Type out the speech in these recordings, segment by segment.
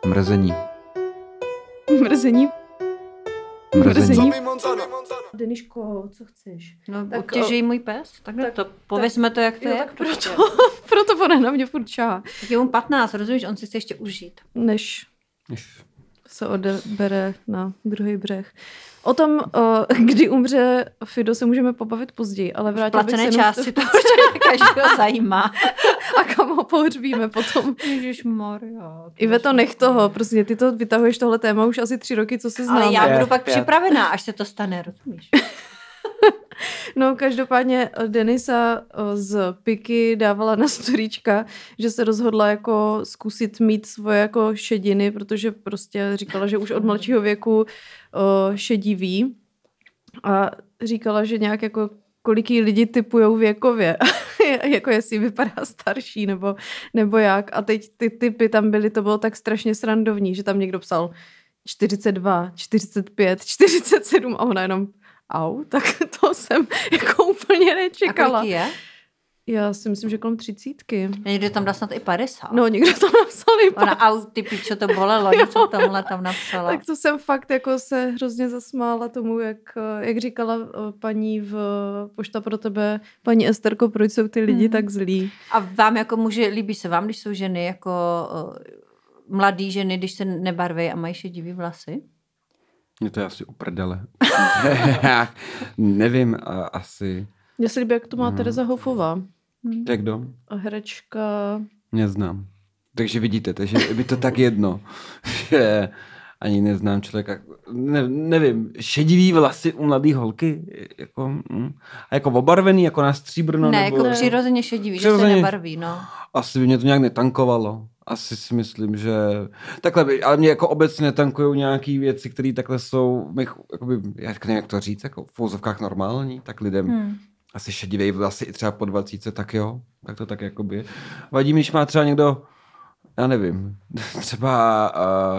Mrzení. Mrzení. Mrzení. Deniško, co chceš? No, obtěžují můj pes? Tak to, povězme to, jak to jo, je. Tak proto ona na mě furt čahá. Tak je mu 15, rozumíš? On si chce ještě užít. Než se odebere na druhý břeh. O tom, kdy umře Fido, se můžeme pobavit později, ale vrátil bych se placené části, to každého zajímá. A kam ho pohřbíme potom. Ježišmarja. Iveto, nech toho, prostě ty to vytahuješ tohle téma už asi 3 roky, co se známe. Ale já budu pak připravená, až se to stane, rozumíš? No, každopádně Denisa z Piky dávala na storíčka, že se rozhodla jako zkusit mít svoje jako šediny, protože prostě říkala, že už od mladšího věku šedí ví. A říkala, že nějak jako kolik jí lidi typujou věkově. Jako jestli vypadá starší nebo jak. A teď ty typy tam byly, to bylo tak strašně srandovní, že tam někdo psal 42, 45, 47 a ona jenom tak to jsem jako úplně nečekala. A kolik je? Já si myslím, že kolem 30. Někdo tam dal snad i 50. No, někdo tam napsal i 50. Ona, ty pičo, to bolelo, něco tamhle tam napsala. Tak to jsem fakt jako se hrozně zasmála tomu, jak říkala paní v Pošta pro tebe, paní Esterko, proč jsou ty lidi tak zlí. A vám jako muži, líbí se vám, když jsou ženy jako mladý ženy, když se nebarví a mají šedivý vlasy? Mě to je asi uprdele. Nevím, asi. Mně se líbí, jak to má Tereza Hofová. Jak kdo? A herečka. Neznám. Takže vidíte, takže je mi to tak jedno, že ani neznám člověka. Nevím, šedivý vlasy u mladý holky, jako, a jako obarvený, jako na stříbrno. Ne, nebo... jako přirozeně šedivý, že se nebarví, no. Asi by mě to nějak netankovalo. Asi si myslím, že takhle by, ale mě jako obecně netankujou nějaký věci, které takhle jsou, jakoby, já nevím, jak to říct, jako v fouzovkách normální, tak lidem asi šedivej vlasy i třeba po 20, tak jo, tak to tak jakoby. Vadí mi, když má třeba někdo, já nevím, třeba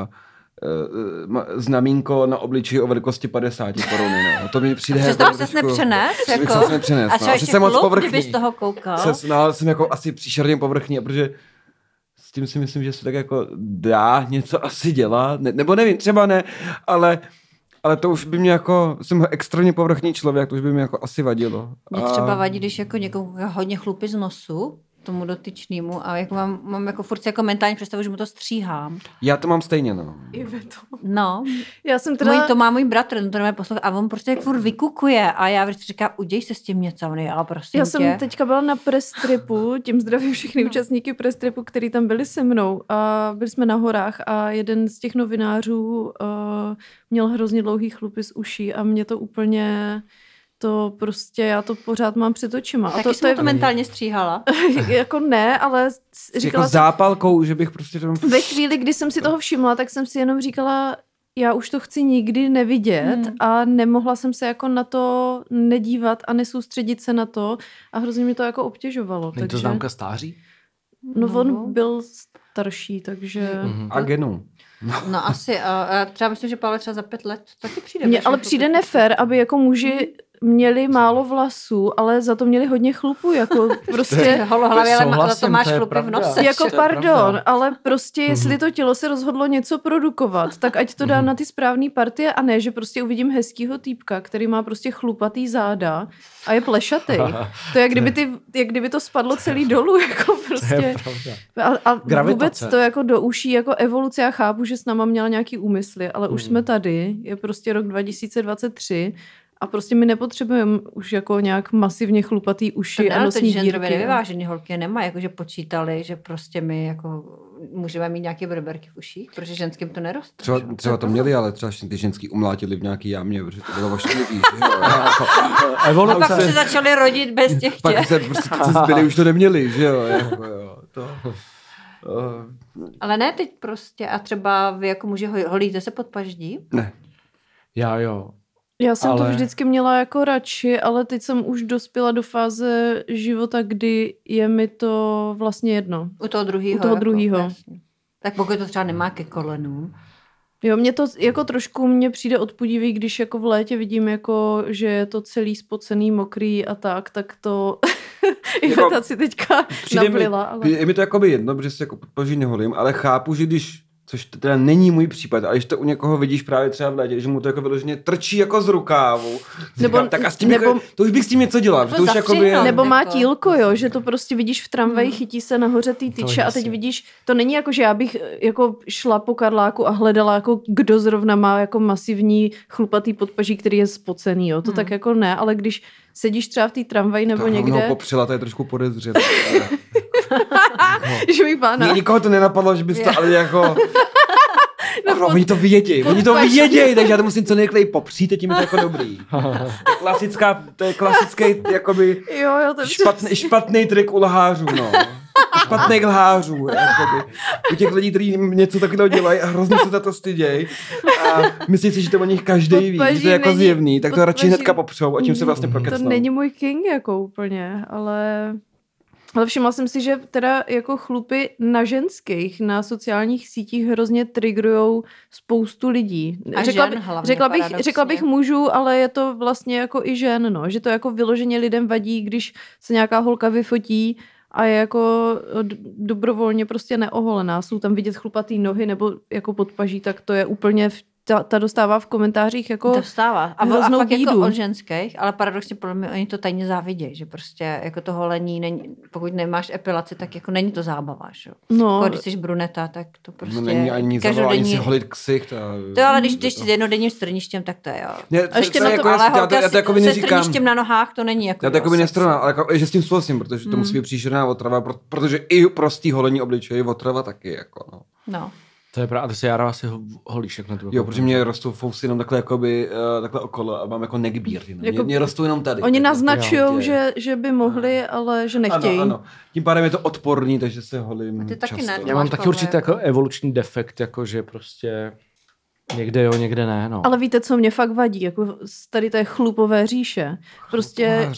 znamínko na obličeji o velikosti 50 koruny, no. To mi přijde. A přesto ses nepřenes? Jako? Nepřenes, a třeba ještě klub, kdyby z toho koukal? Jsem jako asi příšerně povrchní, protože s tím si myslím, že se tak jako dá něco asi dělat, nebo nevím, třeba ne, ale to už by mě jako, jsem extrémně povrchní člověk, to už by mě jako asi vadilo. Mě třeba vadí, když jako někomu hodně chlupy z nosu, tomu dotyčnému, a jako mám jako furt jako mentální představu, že mu to stříhám. Já to mám stejně, no. No. Já jsem teda... To má můj bratr, to nemá poslouchat, a on prostě jak furt vykukuje a já vždycky říkám, uděj se s tím něco, ale prostě Já jsem teďka byla na press tripu, tím zdravím všechny účastníky press tripu, který tam byli se mnou a byli jsme na horách a jeden z těch novinářů měl hrozně dlouhý chlupy z uší a mě to úplně... To prostě, já to pořád mám před očima. Taky jsem to mentálně stříhala. Jako ne, ale říkala jako zápalkou, že bych prostě... Ve chvíli, kdy jsem si toho všimla, tak jsem si jenom říkala, já už to chci nikdy nevidět a nemohla jsem se jako na to nedívat a nesoustředit se na to a hrozně mi to jako obtěžovalo. Není to známka stáří? No on byl starší, takže... A genů. No asi. A třeba myslím, že Pavel třeba za 5 let taky přijde. Ale přijde nefér, aby jako muži měli málo vlasů, ale za to měli hodně chlupů, jako prostě... Holohlavě, ale za to máš chlupy v nose. Jako pardon, ale prostě jestli to tělo se rozhodlo něco produkovat, tak ať to dá na ty správné partie a ne, že prostě uvidím hezkýho týpka, který má prostě chlupatý záda a je plešatý. To je, jak kdyby to spadlo celý dolů, jako prostě. A vůbec to jako do uší, jako evoluce, já chápu, že s náma měla nějaký úmysly, ale už jsme tady, je prostě rok 2023 a prostě my nepotřebujeme už jako nějak masivně chlupatý uši a nosní dírky. Genderově nevyvážený holky nemají, jakože počítali, že prostě my jako můžeme mít nějaké brberky v uších, protože ženským to neroste. Třeba to měli, ale třeba ty ženský umlátili v nějaký jámě, protože to bylo ošklivý. A pak se začali rodit bez těch Pak se prostě ty zbyli už to neměli, že jo. Jako, jo to... Ale ne teď prostě. A třeba vy jako muži holíte se pod paždí? Ne. Já jsem to vždycky měla jako radši, ale teď jsem už dospěla do fáze života, kdy je mi to vlastně jedno. U toho druhýho. Tak pokud to třeba nemá ke kolenům. Jo, mě to jako trošku mě přijde odpudivý, když jako v létě vidím, jako, že je to celý spocený, mokrý a tak to Iveta si teďka naplila. Ale... Je mi to jakoby jedno, protože si jako podpaží neholím, ale chápu, že když Což teda není můj případ, ale když to u někoho vidíš právě třeba v létě, že mu to jako vyloženě trčí jako z rukávu. Říkám, tak a s tím jako, to už bych s tím něco dělal. To už jakoby, nebo má tílko, jo, že to prostě vidíš v tramvaji, chytí se nahoře ty tyče a teď vidíš, to není jako, že já bych jako šla po Karláku a hledala jako kdo zrovna má jako masivní chlupatý podpaží, který je spocený, jo, to tak jako ne, ale když sedíš třeba v té tramvaji nebo někde. Ho popřela, to je trošku podezřelé. Že mi pána. Nikoho to nenapadlo, že bys to ale jako... Oni to vědějí, takže já to musím co nejrychleji popřít, teď mi to jako dobrý. To je klasický jakoby jo, to špatný trik u lhářů, no. Špatných lhářů, jakoby. U těch lidí, kteří něco takového dělají a hrozně se za to stydějí a myslí si, že to o nich každý ví, že to je jako zjevný, tak to radši hnedka popřou a tím se vlastně prokecnou. To není můj king jako úplně, ale všimla jsem si, že teda jako chlupy na ženských, na sociálních sítích hrozně trigrujou spoustu lidí. Řekla bych mužů, ale je to vlastně jako i žen, no. Že to jako vyloženě lidem vadí, když se nějaká holka vyfotí a je jako dobrovolně prostě neoholená. Jsou tam vidět chlupatý nohy nebo jako podpaží, tak to je úplně ta dostává v komentářích jako dostává. A fakt jako od ženských, ale paradoxně podle mě oni to tajně závidějí, že prostě jako to holení není, pokud nemáš epilaci, tak jako není to zábava, že? No. Když jsi bruneta, tak to prostě no není ani zábava, ani si holit ksicht. To ale když jsi s jednodenním strništěm, tak to je jo. A ještě na to, ale holka se strništěm na nohách, to není jako. Já to jako by nestrana, ale jako, že s tím souhlasím, protože to musí být příšerná otrava, protože i prostý holení obličeje otrava taky jako, no. To je pravda, a ty se Jára asi holíš jak na tu. Jo, protože mě rostou fousy jenom takhle jakoby, takhle okolo a mám jako neckbeard. Jako, mě rostou jenom tady. Oni naznačujou, že by mohli, ale že nechtějí. Ano. Tím pádem je to odporný, takže se holím často. Já mám taky určitě jako evoluční defekt, jako že prostě někde jo, někde ne. No. Ale víte, co mě fakt vadí? Jako z tady té chlupové říše. Prostě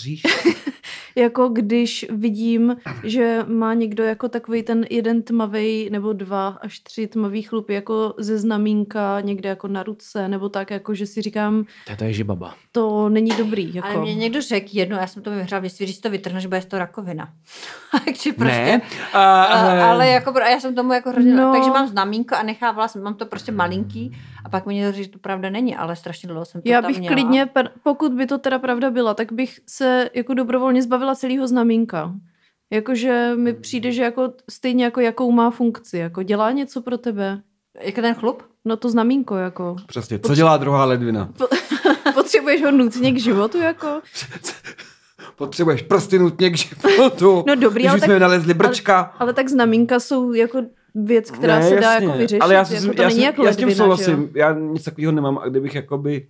jako když vidím, že má někdo jako takový ten jeden tmavý nebo 2 až 3 tmavý chlupy jako ze znamínka někde jako na ruce nebo tak, jako že si říkám, to je žibaba. To není dobrý. Jako. Ale mě někdo řekl jedno, já jsem to vyhřál, když to vytrhneš, bude to rakovina. Takže prostě. Ne, ale jako, já jsem tomu jako hrozně, takže mám znamínko a nechávala jsem, mám to prostě malinký a pak mi někdo říct, že to pravda není, ale strašně dlouho jsem to já tam bych měla. Klidně, pokud by to teda pravda byla, tak bych se jako dobrovolně zbavila celého znamínka. Jakože mi přijde, že jako stejně jako jakou má funkci, jako dělá něco pro tebe. Jako ten chlup? No to znamínko, jako. Přesně, co dělá druhá ledvina? Potřebuješ ho nutně k životu, jako? Potřebuješ prsty nutně k životu. No dobrý, když ale jsme nalezli brčka. Ale tak znamínka jsou jako věc, která se dá jako vyřešit. Ale já s tím souhlasím. Já nic takového nemám a kdybych jakoby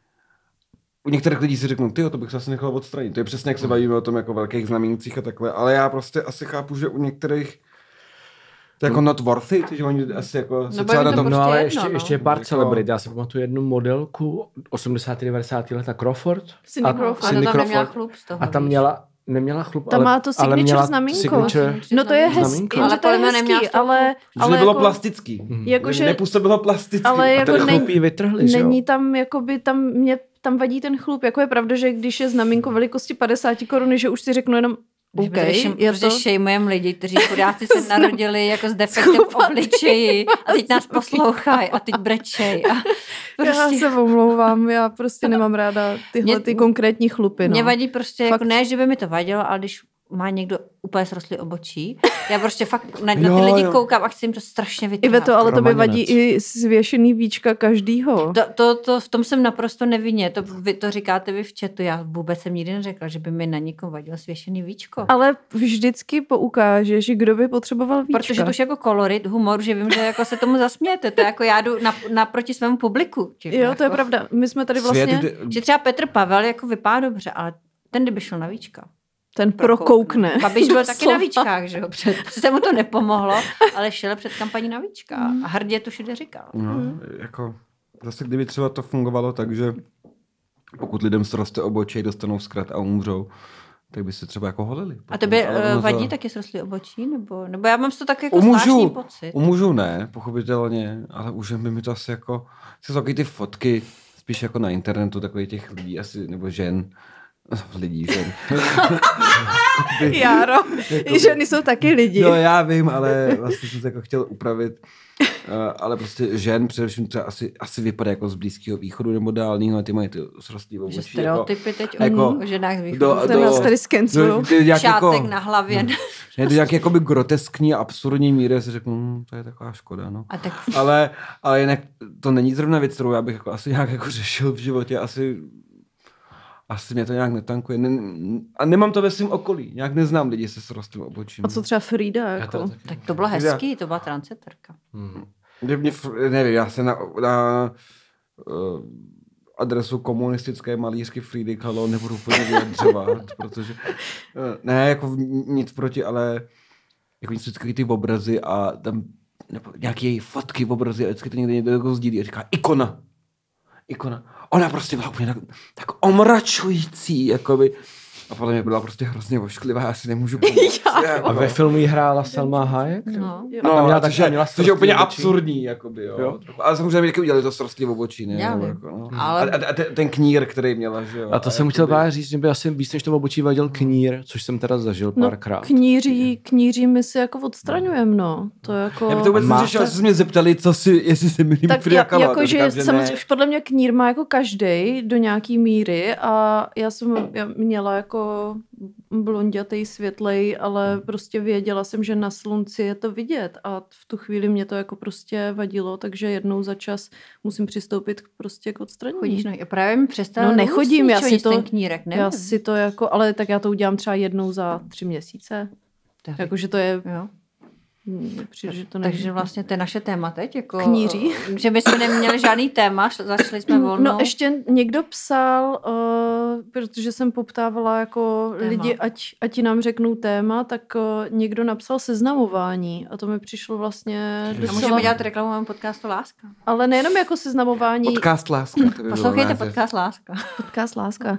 u některých lidí si řeknu, tyjo, to bych se asi nechal odstranit. To je přesně, jak se bavíme o tom jako velkých znamíncích a takhle. Ale já prostě asi chápu, že u některých to jako not worth it, že oni asi jako se třeba na tom... No ale ještě je pár celebrit. Já si pamatuju jednu modelku 80. 90. leta Crawford. Cindy Crawford. A tam neměla chlup z toho. A tam neměla chlup, tam má to signature znamínko. No to je hezký, ale to je hezký, ale nebylo jako, plastický. Jakože nepůsobilo plasticky. Ale jako ten chlupí vytrhli, že jo? Není tam, jakoby tam vadí ten chlup. Jako je pravda, že když je znamínko velikosti 50 koruny, že už si řeknu jenom protože šejmujeme lidi, kteří chudáci se narodili jako s defektem v obličeji a teď nás poslouchají a teď brečej. A prostě... Já se omlouvám, já prostě nemám ráda tyhle ty konkrétní chlupy. Mě vadí prostě, jako ne, že by mi to vadilo, ale když má někdo úplně srostlý obočí. Já prostě fakt na ty lidi koukám a chci jim to strašně vytrhat. Iveto, ale to by vadí i zvěšený víčka každýho. To v tom jsem naprosto nevinně. To říkáte vy v chatu. Já vůbec jsem nikdy neřekla, že by mi na někom vadilo zvěšený víčko. Ale vždycky poukáže, že kdo by potřeboval víčka. Protože to už jako kolorit, humor, že vím, že jako se tomu zasmějete. To je jako já jdu naproti svému publiku. Jo, jako, to je pravda. My jsme tady vlastně... Že třeba Petr Pavel jako vypadá dobře, ale ten kdyby šel na víčka. Ten prokoukne. Babiš byl taky na víčkách, že jo? Se mu to nepomohlo, ale šel před kampaní na víčka. A hrdě to všude říkal. No, jako zase kdyby třeba to fungovalo tak, že pokud lidem sroste obočí, dostanou zkrat a umřou, tak by se třeba jako holili. A tebe vadí taky srostlý obočí? Nebo já mám to tak jako zvláštní pocit. U mužů ne, pochopitelně, ale už by mi to asi jako, jsou taky ty fotky, spíš jako na internetu takových těch lidí asi, nebo žen, Lidí, že? Járo, ženy jsou taky lidi. No já vím, ale vlastně jsem se jako chtěl upravit. Ale prostě žen především třeba asi vypadá jako z Blízkého východu nebo dálného, a ty mají ty srostlivou Že oči. stereotypy teď jako, o ženách z východu. To nás tady skenculujou. Šátek jako, na hlavě. Je to nějak jakoby groteskní a absurdní míry, si řeknu, to je taková škoda, no. A tak... ale jinak to není zrovna věc, kterou já bych jako asi nějak jako řešil v životě, asi mě to nějak netankuje. A nemám to ve svém okolí. Nějak neznám lidi se srostlým obočím. A co třeba Frida? Jako? Tak to bylo hezký, to byla transitorka. Nevím, já se na adresu komunistické malířky Fridy Kahlo nebudu úplně vyjadřovat, protože ne, jako nic proti, ale jako nic vždycky ty obrazy a tam nějaké její fotky, obrazy a vždycky to někde jako sdílí a říká ikona. Ona prostě byla úplně tak omračující, jakoby. A podle mě byla prostě hrozně ošklivá, já si nemůžu pomoct. A ve filmu jí hrála Salma Hayek? No, což je úplně absurdní, jakoby, jo. Ale samozřejmě taky udělali to srostlý obočí, ne? Jako, no. Ale... A ten knír, který měla, že jo. A to jsem chtěl právě říct, že by asi víc než to obočí vadil knír, což jsem teda zažil párkrát. Kníří my si jako odstraňujeme, no. To jako... Já bych to vůbec neřešil, jestli se mě zeptali, jestli se mi líbí Frida Kahlo. Jako, že samozřejmě podle mě knír má jako každej do nějaký míry a já měla jako blondětej, světlej, ale prostě věděla jsem, že na slunci je to vidět a v tu chvíli mě to jako prostě vadilo, takže jednou za čas musím přistoupit prostě k odstranění. Chodíš, no, právě mi přestala nechodím, já si to, ten knírek, nevím. Já si to jako, ale tak já to udělám třeba jednou za 3 měsíce. Jakože to je... Jo. Přijde, že to takže vlastně to je naše téma teď. Jako, kníří. Že my jsme neměli žádný téma, začali jsme volnou. No ještě někdo psal, protože jsem poptávala jako téma. Lidi, ať nám řeknou téma, tak někdo napsal seznamování a to mi přišlo vlastně docela... A můžeme dělat reklamu mému podcastu Láska. Ale nejenom jako seznamování... Podcast Láska. Poslouchejte podcast Láska. Podcast Láska.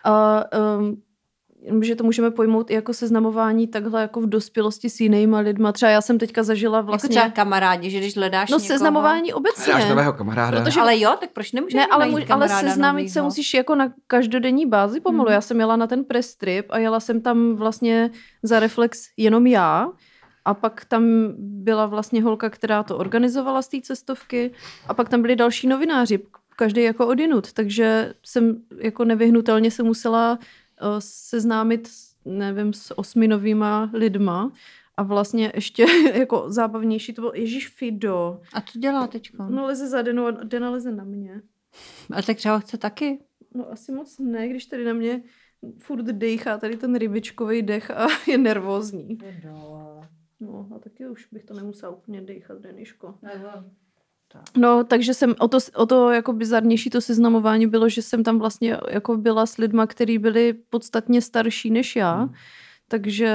Že to můžeme pojmout i jako seznamování takhle jako v dospělosti s jinýma lidma. Třeba já jsem teďka zažila vlastně... Jako třeba kamarádi, že když hledáš někoho... seznamování obecně. Hledáš nového kamaráda. Protože... Ale jo, tak proč nemůžeme ale seznámit se musíš jako na každodenní bázi pomalu. Já jsem jela na ten press trip a jela jsem tam vlastně za Reflex jenom já. A pak tam byla vlastně holka, která to organizovala z té cestovky. A pak tam byli další novináři. Každý jako odinut. Takže jsem jako nevyhnutelně se musela seznámit, nevím, s 8 novýma lidma a vlastně ještě jako zábavnější to bylo Ježíš Fido. A co dělá teďko? No leze za Denu a Dena leze na mě. A tak třeba chce taky? No asi moc ne, když tady na mě furt dejchá tady ten rybičkový dech a je nervózní. No a taky už bych to nemusela úplně dejchat, Deniško. No, takže jsem o to jako bizarnější to seznamování bylo, že jsem tam vlastně jako byla s lidma, kteří byli podstatně starší než já, takže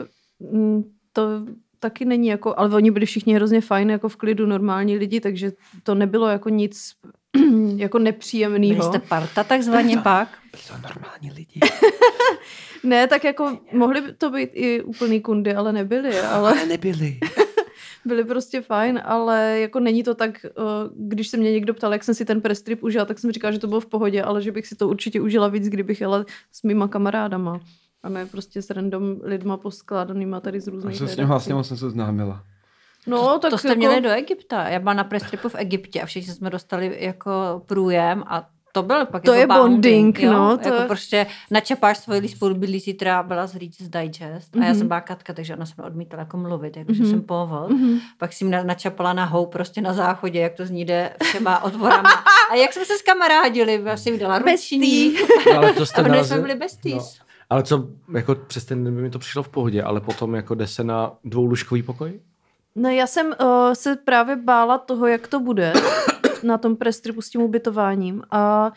to taky není jako, ale oni byli všichni hrozně fajn, jako v klidu normální lidi, takže to nebylo jako nic jako nepříjemného. Byli jste parta takzvaně pak? Byli to normální lidi. Ne, tak jako mohli by to být i úplný kundy, ale nebyli. Ale nebyli. Byli prostě fajn, ale jako není to tak, když se mě někdo ptal, jak jsem si ten press trip užila, tak jsem říkala, že to bylo v pohodě, ale že bych si to určitě užila víc, kdybych jela s mýma kamarádama. A ne prostě s random lidma poskládanýma tady z různých redakcí. S ním vlastně moc jsem se známila. No, tak to jste jako... měli do Egypta. Já byla na press tripu v Egyptě a všichni jsme dostali jako průjem a to byl pak to jako je bonding, jo? No. Jako prostě načapáš svoji spolubydlí, zítra byla z Reader's Digest a já jsem byla Katka, takže ona se mi odmítala jako mluvit, jakože jsem povod. Pak si mě načapala nahou prostě na záchodě, jak to z ní jde všema otvorama. A jak jsme se skamarádili, já jsem jí dala ruční. Ale to jste a jsme byli besties. No. Ale co, jako přes ten den by mi to přišlo v pohodě, ale potom jako jde se na 2lůžkový pokoj? No já jsem se právě bála toho, jak to bude na tom press tripu s tím ubytováním a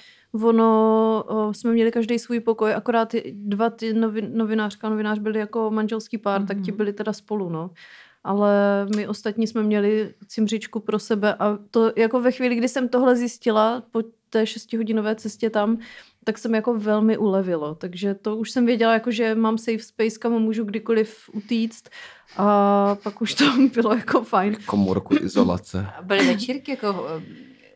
jsme měli každý svůj pokoj, akorát 2 ty novinářka a novinář byli jako manželský pár, tak ti byli teda spolu, no. Ale my ostatní jsme měli cimřičku pro sebe a to jako ve chvíli, kdy jsem tohle zjistila po té 6hodinové cestě tam, tak jsem jako velmi ulevilo. Takže to už jsem věděla, jako, že mám safe space, kam můžu kdykoliv utíct a pak už to bylo jako fajn. Komórku izolace. Byly večírky jako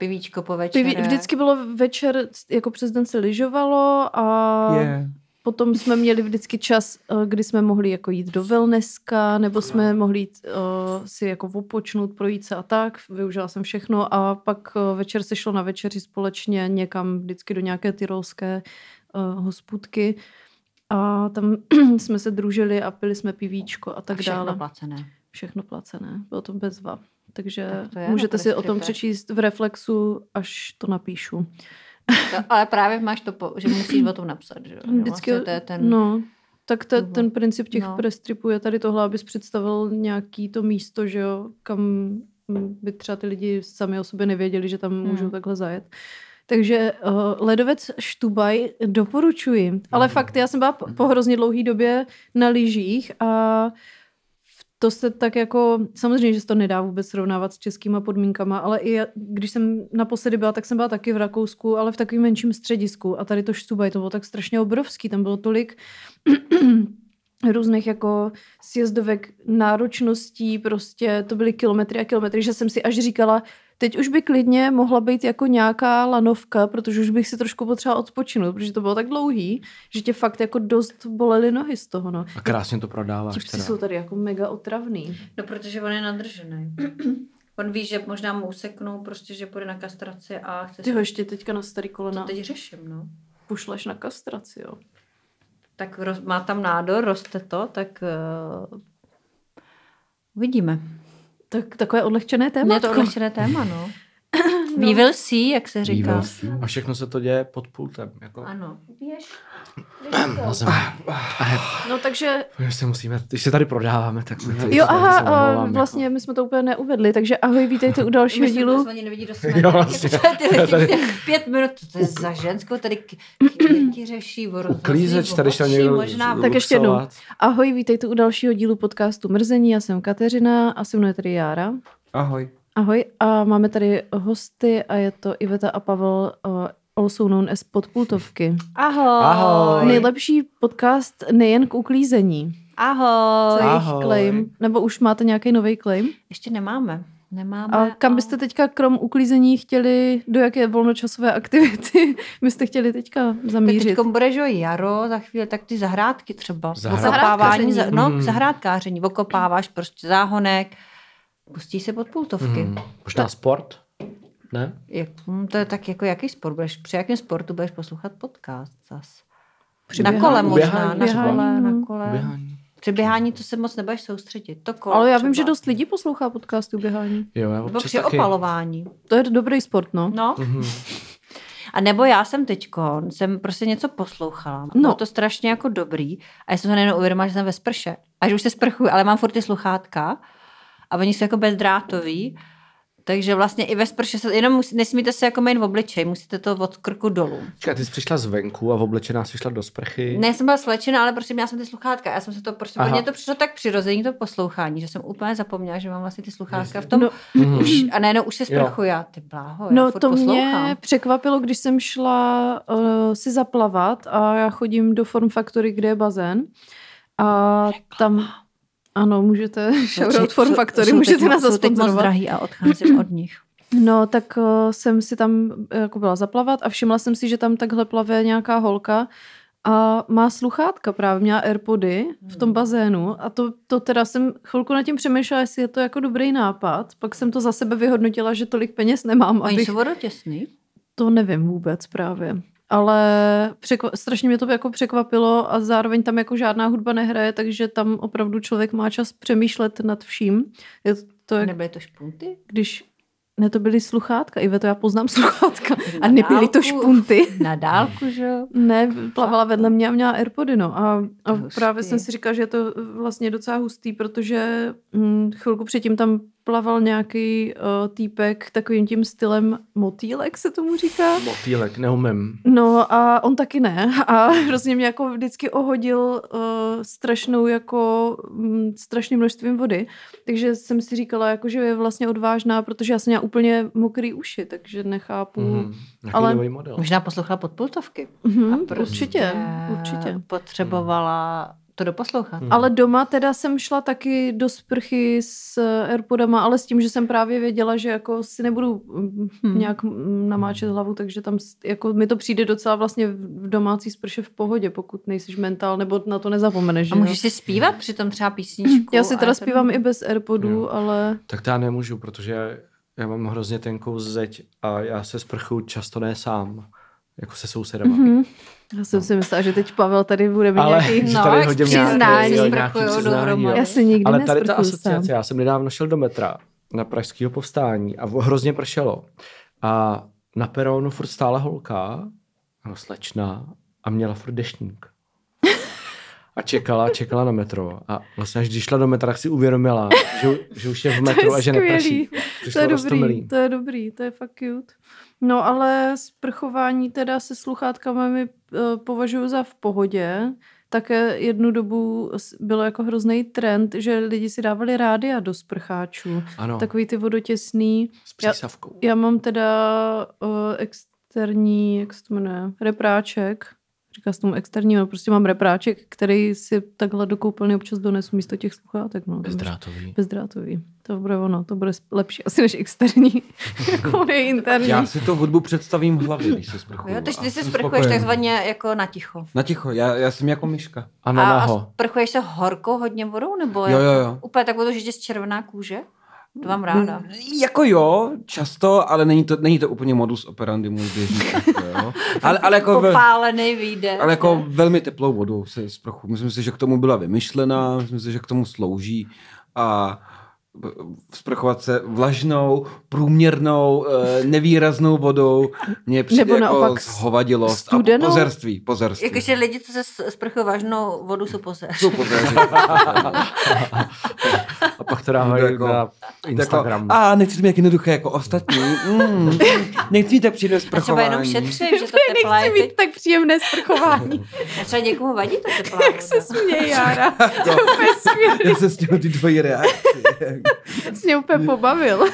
pivíčko po večerech. Vždycky bylo večer, jako přes den se lyžovalo a potom jsme měli vždycky čas, kdy jsme mohli jako jít do wellnesska, nebo jsme mohli jít si jako opočnout, projít se a tak. Využila jsem všechno a pak večer se šlo na večeři společně někam vždycky do nějaké tyrolské hospůdky. A tam jsme se družili a pili jsme pivíčko a tak dále. Všechno placené. Všechno placené. Bylo to bezva. Takže tak můžete si o tom přečíst v Reflexu, až to napíšu. Ale právě máš to, že musíš o tom napsat. Že? Vždycky, vlastně to je ten... No, tak ten princip těch prestripů je tady tohle, abys představil nějaký to místo, že jo, kam by třeba ty lidi sami o sobě nevěděli, že tam můžou takhle zajet. Takže ledovec Štubaj doporučuji. Ale fakt, já jsem byla po hrozně dlouhý době na lyžích a to se tak jako, samozřejmě, že se to nedá vůbec srovnávat s českýma podmínkama, ale i když jsem naposledy byla, tak jsem byla taky v Rakousku, ale v takovém menším středisku a tady to Štubaj, to bylo tak strašně obrovský, tam bylo tolik různých jako sjezdovek náročností, prostě to byly kilometry a kilometry, že jsem si až říkala, teď už by klidně mohla být jako nějaká lanovka, protože už bych si trošku potřeba odpočinout, protože to bylo tak dlouhý, že tě fakt jako dost bolely nohy z toho, no. A krásně to prodáváš. Ti jsou tady jako mega otravný. No, protože on je nadržený. On ví, že možná mu useknou, prostě, že půjde na kastraci a chce... Ty ho ještě teďka na starý kolena. To teď řeším, no. Pošleš na kastraci, jo. Tak má tam nádor, roste to, tak uvidíme. Tak takové odlehčené téma. Je to odlehčené téma, no. We will see, jak se říká. A všechno se to děje pod pultem. Jako... Ano. No takže... Když se tady prodáváme, tak... Jo, aha, vlastně my jsme to úplně neuvedli, takže ahoj, vítejte u dalšího dílu. My nevidí do sebe. Vlastně. 5 minut, to je za ženskou, tady klienti řeší, uklízeč, tady šel někdo možná. Tak ještě jednou. Ahoj, vítejte u dalšího dílu podcastu Mrzení, já jsem Kateřina a se mnou je tady Jára. Ahoj. Ahoj a máme tady hosty a je to Iveta a Pavel, also known as Podpultovky. Ahoj. Nejlepší podcast nejen k uklízení. Ahoj. Co je jejich claim? Nebo už máte nějaký nový claim? Ještě nemáme. A kam byste teďka krom uklízení chtěli, do jaké volnočasové aktivity byste chtěli teďka zamířit? Teďkom bude, že jaro, za chvíli, tak ty zahrádky třeba. Zahrádkáření. Zahrádkáření. Okopáváš prostě záhonek, pustí se Podpultovky. Možná sport? Ne? To je tak jako jaký sport? Při jakém sportu budeš poslouchat podcast zas? Při na běhání. kole možná. Běhání. Na kole. Běhání. Při běhání to se moc nebudeš soustředit. To kolo ale já třeba. vím, že dost lidí poslouchá podcasty běhání. Jo, já Nebo při taky. opalování. To je dobrý sport, no. No. A nebo já jsem prostě něco poslouchala. Bylo to strašně jako dobrý. A já jsem se nejenom uvědomila, že jsem ve sprše. A že už se sprchuju, ale mám furt ty sluchátka. A oni jsou jako bezdrátový. Takže vlastně i ve sprše jenom nesmíte se jako mít v obličej, musíte to od krku dolů. Čekaj, ty jsi přišla zvenku a v oblečená jsi šla do sprchy. Ne, jsem byla slečená, ale prostě měla jsem ty sluchátka. Já jsem se to prostě, mně to přišlo tak přirozený to poslouchání, že jsem úplně zapomněla, že mám vlastně ty sluchátka v tom už, a najednou už se sprchuju. Ty bláho, já furt to poslouchám. mě překvapilo, když jsem šla si zaplavat a já chodím do Form Factory, kde je bazén. A tam... Ano, můžete, shoutout Form Factory, můžete nás zasponzorovat. Jsou teď moc drahý a odcházím od nich. No, tak jsem si tam jako byla zaplavat a všimla jsem si, že tam takhle plave nějaká holka a má sluchátka právě, měla AirPody v tom bazénu a to teda jsem chvilku nad tím přemýšlela, jestli je to jako dobrý nápad, pak jsem to za sebe vyhodnotila, že tolik peněz nemám. Oni jsou vodotěsný? To nevím vůbec právě. Ale strašně mě to jako překvapilo a zároveň tam jako žádná hudba nehraje, takže tam opravdu člověk má čas přemýšlet nad vším. Nebyly to špunty? Když... Ne, to byly sluchátka. Iveto, já poznám sluchátka. A nebyly to špunty. Na dálku, že jo? Ne, plavala vedle mě a měla AirPody, no. A právě jsem si říkala, že je to vlastně docela hustý, protože chvilku předtím tam plaval nějaký týpek takovým tím stylem motýlek, se tomu říká. Motýlek, neumím. No a on taky ne. A hrozně mě jako vždycky ohodil strašným množstvím vody. Takže jsem si říkala, jako, že je vlastně odvážná, protože já jsem měla úplně mokrý uši, takže nechápu. Ale nový model. Možná poslouchala Podpultovky. A určitě. potřebovala to doposlouchat. Ale doma teda jsem šla taky do sprchy s AirPodama, ale s tím, že jsem právě věděla, že jako si nebudu nějak namáčet hlavu, takže tam jako mi to přijde docela vlastně v domácí sprše v pohodě, pokud nejsiš mentál, nebo na to nezapomeneš. A můžeš si zpívat přitom třeba písničku? Já si teda zpívám i bez AirPodů, ale... Tak to já nemůžu, protože já mám hrozně tenkou zeď a já se sprchuju často ne sám, jako se sousedama. Já jsem si myslela, že teď Pavel tady bude mít nějaký tady hodím přiznání. nějaký přiznání. Já se nikdy ale tady ta nesprchuju asociace, sám. já jsem nedávno šel do metra na Pražského povstání a hrozně pršelo. A na peronu furt stála holka, slečna, a měla furt deštník. A čekala na metro. A vlastně až když šla do metra, tak si uvědomila, že už je v metru a že neprší. To je dobrý, to je fakt cute. No ale sprchování teda se sluchátkami mi považuji za v pohodě. Také jednu dobu bylo jako hrozný trend, že lidi si dávali rádia do sprcháčů. Ano. Takový ty vodotěsný. S přísavkou. Já mám teda externí, jak se to jmenuje, repráček. Říká se tomu externí, no prostě mám repráček, který si takhle do koupelny občas donesu místo těch sluchátek. No. Bezdrátový. To bude ono, to bude lepší asi než externí. Jako je interní. Já si to hudbu představím v hlavě, když se sprchuju. Jo, takže ty se sprchuješ takzvaně jako na ticho. Na ticho, já jsem jako myška. A sprchuješ se horkou hodně vodou? Nebo jo. Úplně takovou, že je červená kůže? To mám ráda. Jako jo, často, ale není to úplně modus operandi můj běžný. Jo. Ale jako popálený výjde. Ale jako velmi teplou vodou se sprchuju. Myslím si, že k tomu byla vymyšlená, myslím si, že k tomu slouží a sprchovat se vlažnou, průměrnou, nevýraznou vodou mně přijde jako zhovadilost a pozerství. Jakože lidi, co se sprchují vlažnou vodu, jsou pozéři. Jsou pozéři. A pak to dávají na Instagram. Nechci být jak jednoduché jako ostatní. Nechci tak příjemné sprchování. A třeba jenom šetřím, že to teplá je. Nechci mít tak příjemné sprchování. A třeba někomu vadí to teplá Jak se směje, Jára. Já se s těmi ty tvojí reakci. Jsi mě úplně pobavil.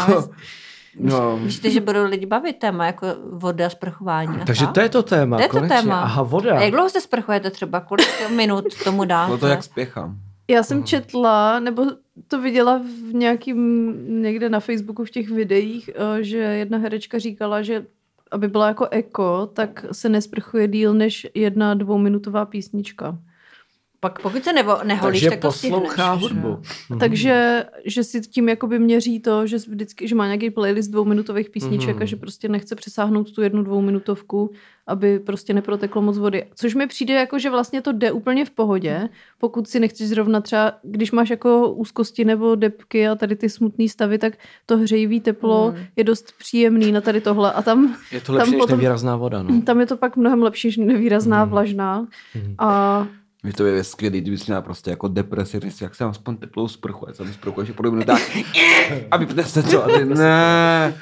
No. Myslíte, že budou lidi bavit téma jako voda, sprchování? Takže to je to téma. To je to téma. Aha, voda. A jak dlouho se sprchujete třeba? Kolik minut tomu dáte? No to jak spěchám. Já jsem četla, nebo to viděla v někde na Facebooku v těch videích, že jedna herečka říkala, že aby byla jako eko, tak se nesprchuje díl než 1 dvouminutová písnička. Pak pokud se neholíš, tak to stihneš. Takže poslouchá hudbu. Takže že si tím jakoby měří to, že vždycky, že má nějaký playlist 2minutových písniček a že prostě nechce přesáhnout tu 1 dvouminutovku, aby prostě neproteklo moc vody. Což mi přijde jako, že vlastně to jde úplně v pohodě, pokud si nechceš zrovna třeba, když máš jako úzkosti nebo depky a tady ty smutný stavy, tak to hřejivý teplo je dost příjemný na tady tohle. A tam je to lepší než nevýrazná voda, no. Tam je to pak mnohem lepší než nevýrazná vlažná. A že to je skvělý, kdyby si měla prostě jako depresi, jak jsem aspoň teplou sprchu, já jsem sprchu ještě po 2 minutách, aby se to, a ty ne.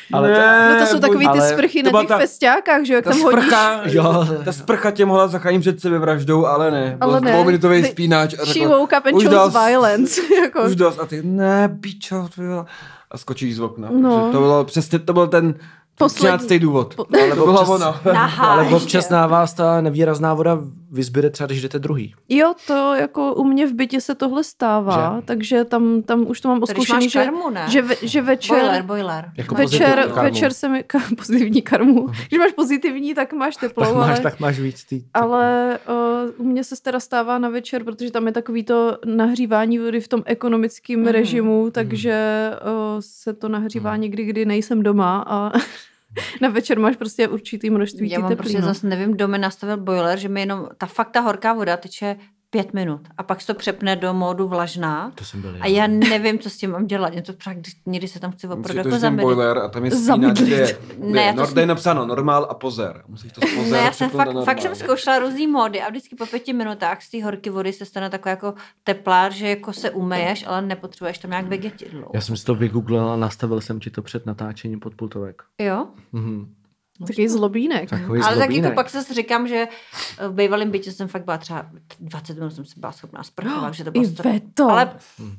No to jsou takový ty sprchy na těch festiákách, že jak tam hodíš. Ta sprcha tě mohla zachránit před sebevraždou, ale ne. Byl 2minutový spínač a she woke up and chose violence. Už dost a ty ne, bičo, a skočíš z okna. No. To bylo přesně, to byl ten 13. důvod. Ale to bylo ono. Ale občas na vás ta nevýrazná voda vyzbyde třeba, když jdete druhý. Jo, to jako u mě v bytě se tohle stává, takže tam už to mám oskoušený, že večer... Boiler. Jako večer se mi... Pozitivní karmu. Když máš pozitivní, tak máš teplou. Tak máš víc tý. Ale u mě se teda stává na večer, protože tam je takový to nahřívání vody v tom ekonomickém režimu, takže se to nahřívá někdy, kdy nejsem doma a... Na večer máš prostě určitý množství Já mám prostě zase, nevím, kdo mi nastavil boiler, že mi jenom ta horká voda teče 5 minut a pak se to přepne do módu vlažná. To jsem byl a já nevím, co s tím mám dělat. To někdy se tam chci opravdu jako zamydlit. Boiler a tam je spínač, kde je napsáno normál a pozor. Musíš to pozor. Ne, já jsem fakt jsem zkoušela různý módy a vždycky po 5 minutách z té horké vody se stane taková jako teplá, že jako se umeješ, ale nepotřebuješ tam nějak vegetidlo. Já jsem si to vygooglil a nastavil jsem ti to před natáčením pod pultovek. Jo? Takový zlobínek. Ale tak jako pak zase říkám, že v bývalém bytě jsem fakt byla třeba 20 minut jsem si byla schopná sprchovat, že to bylo ale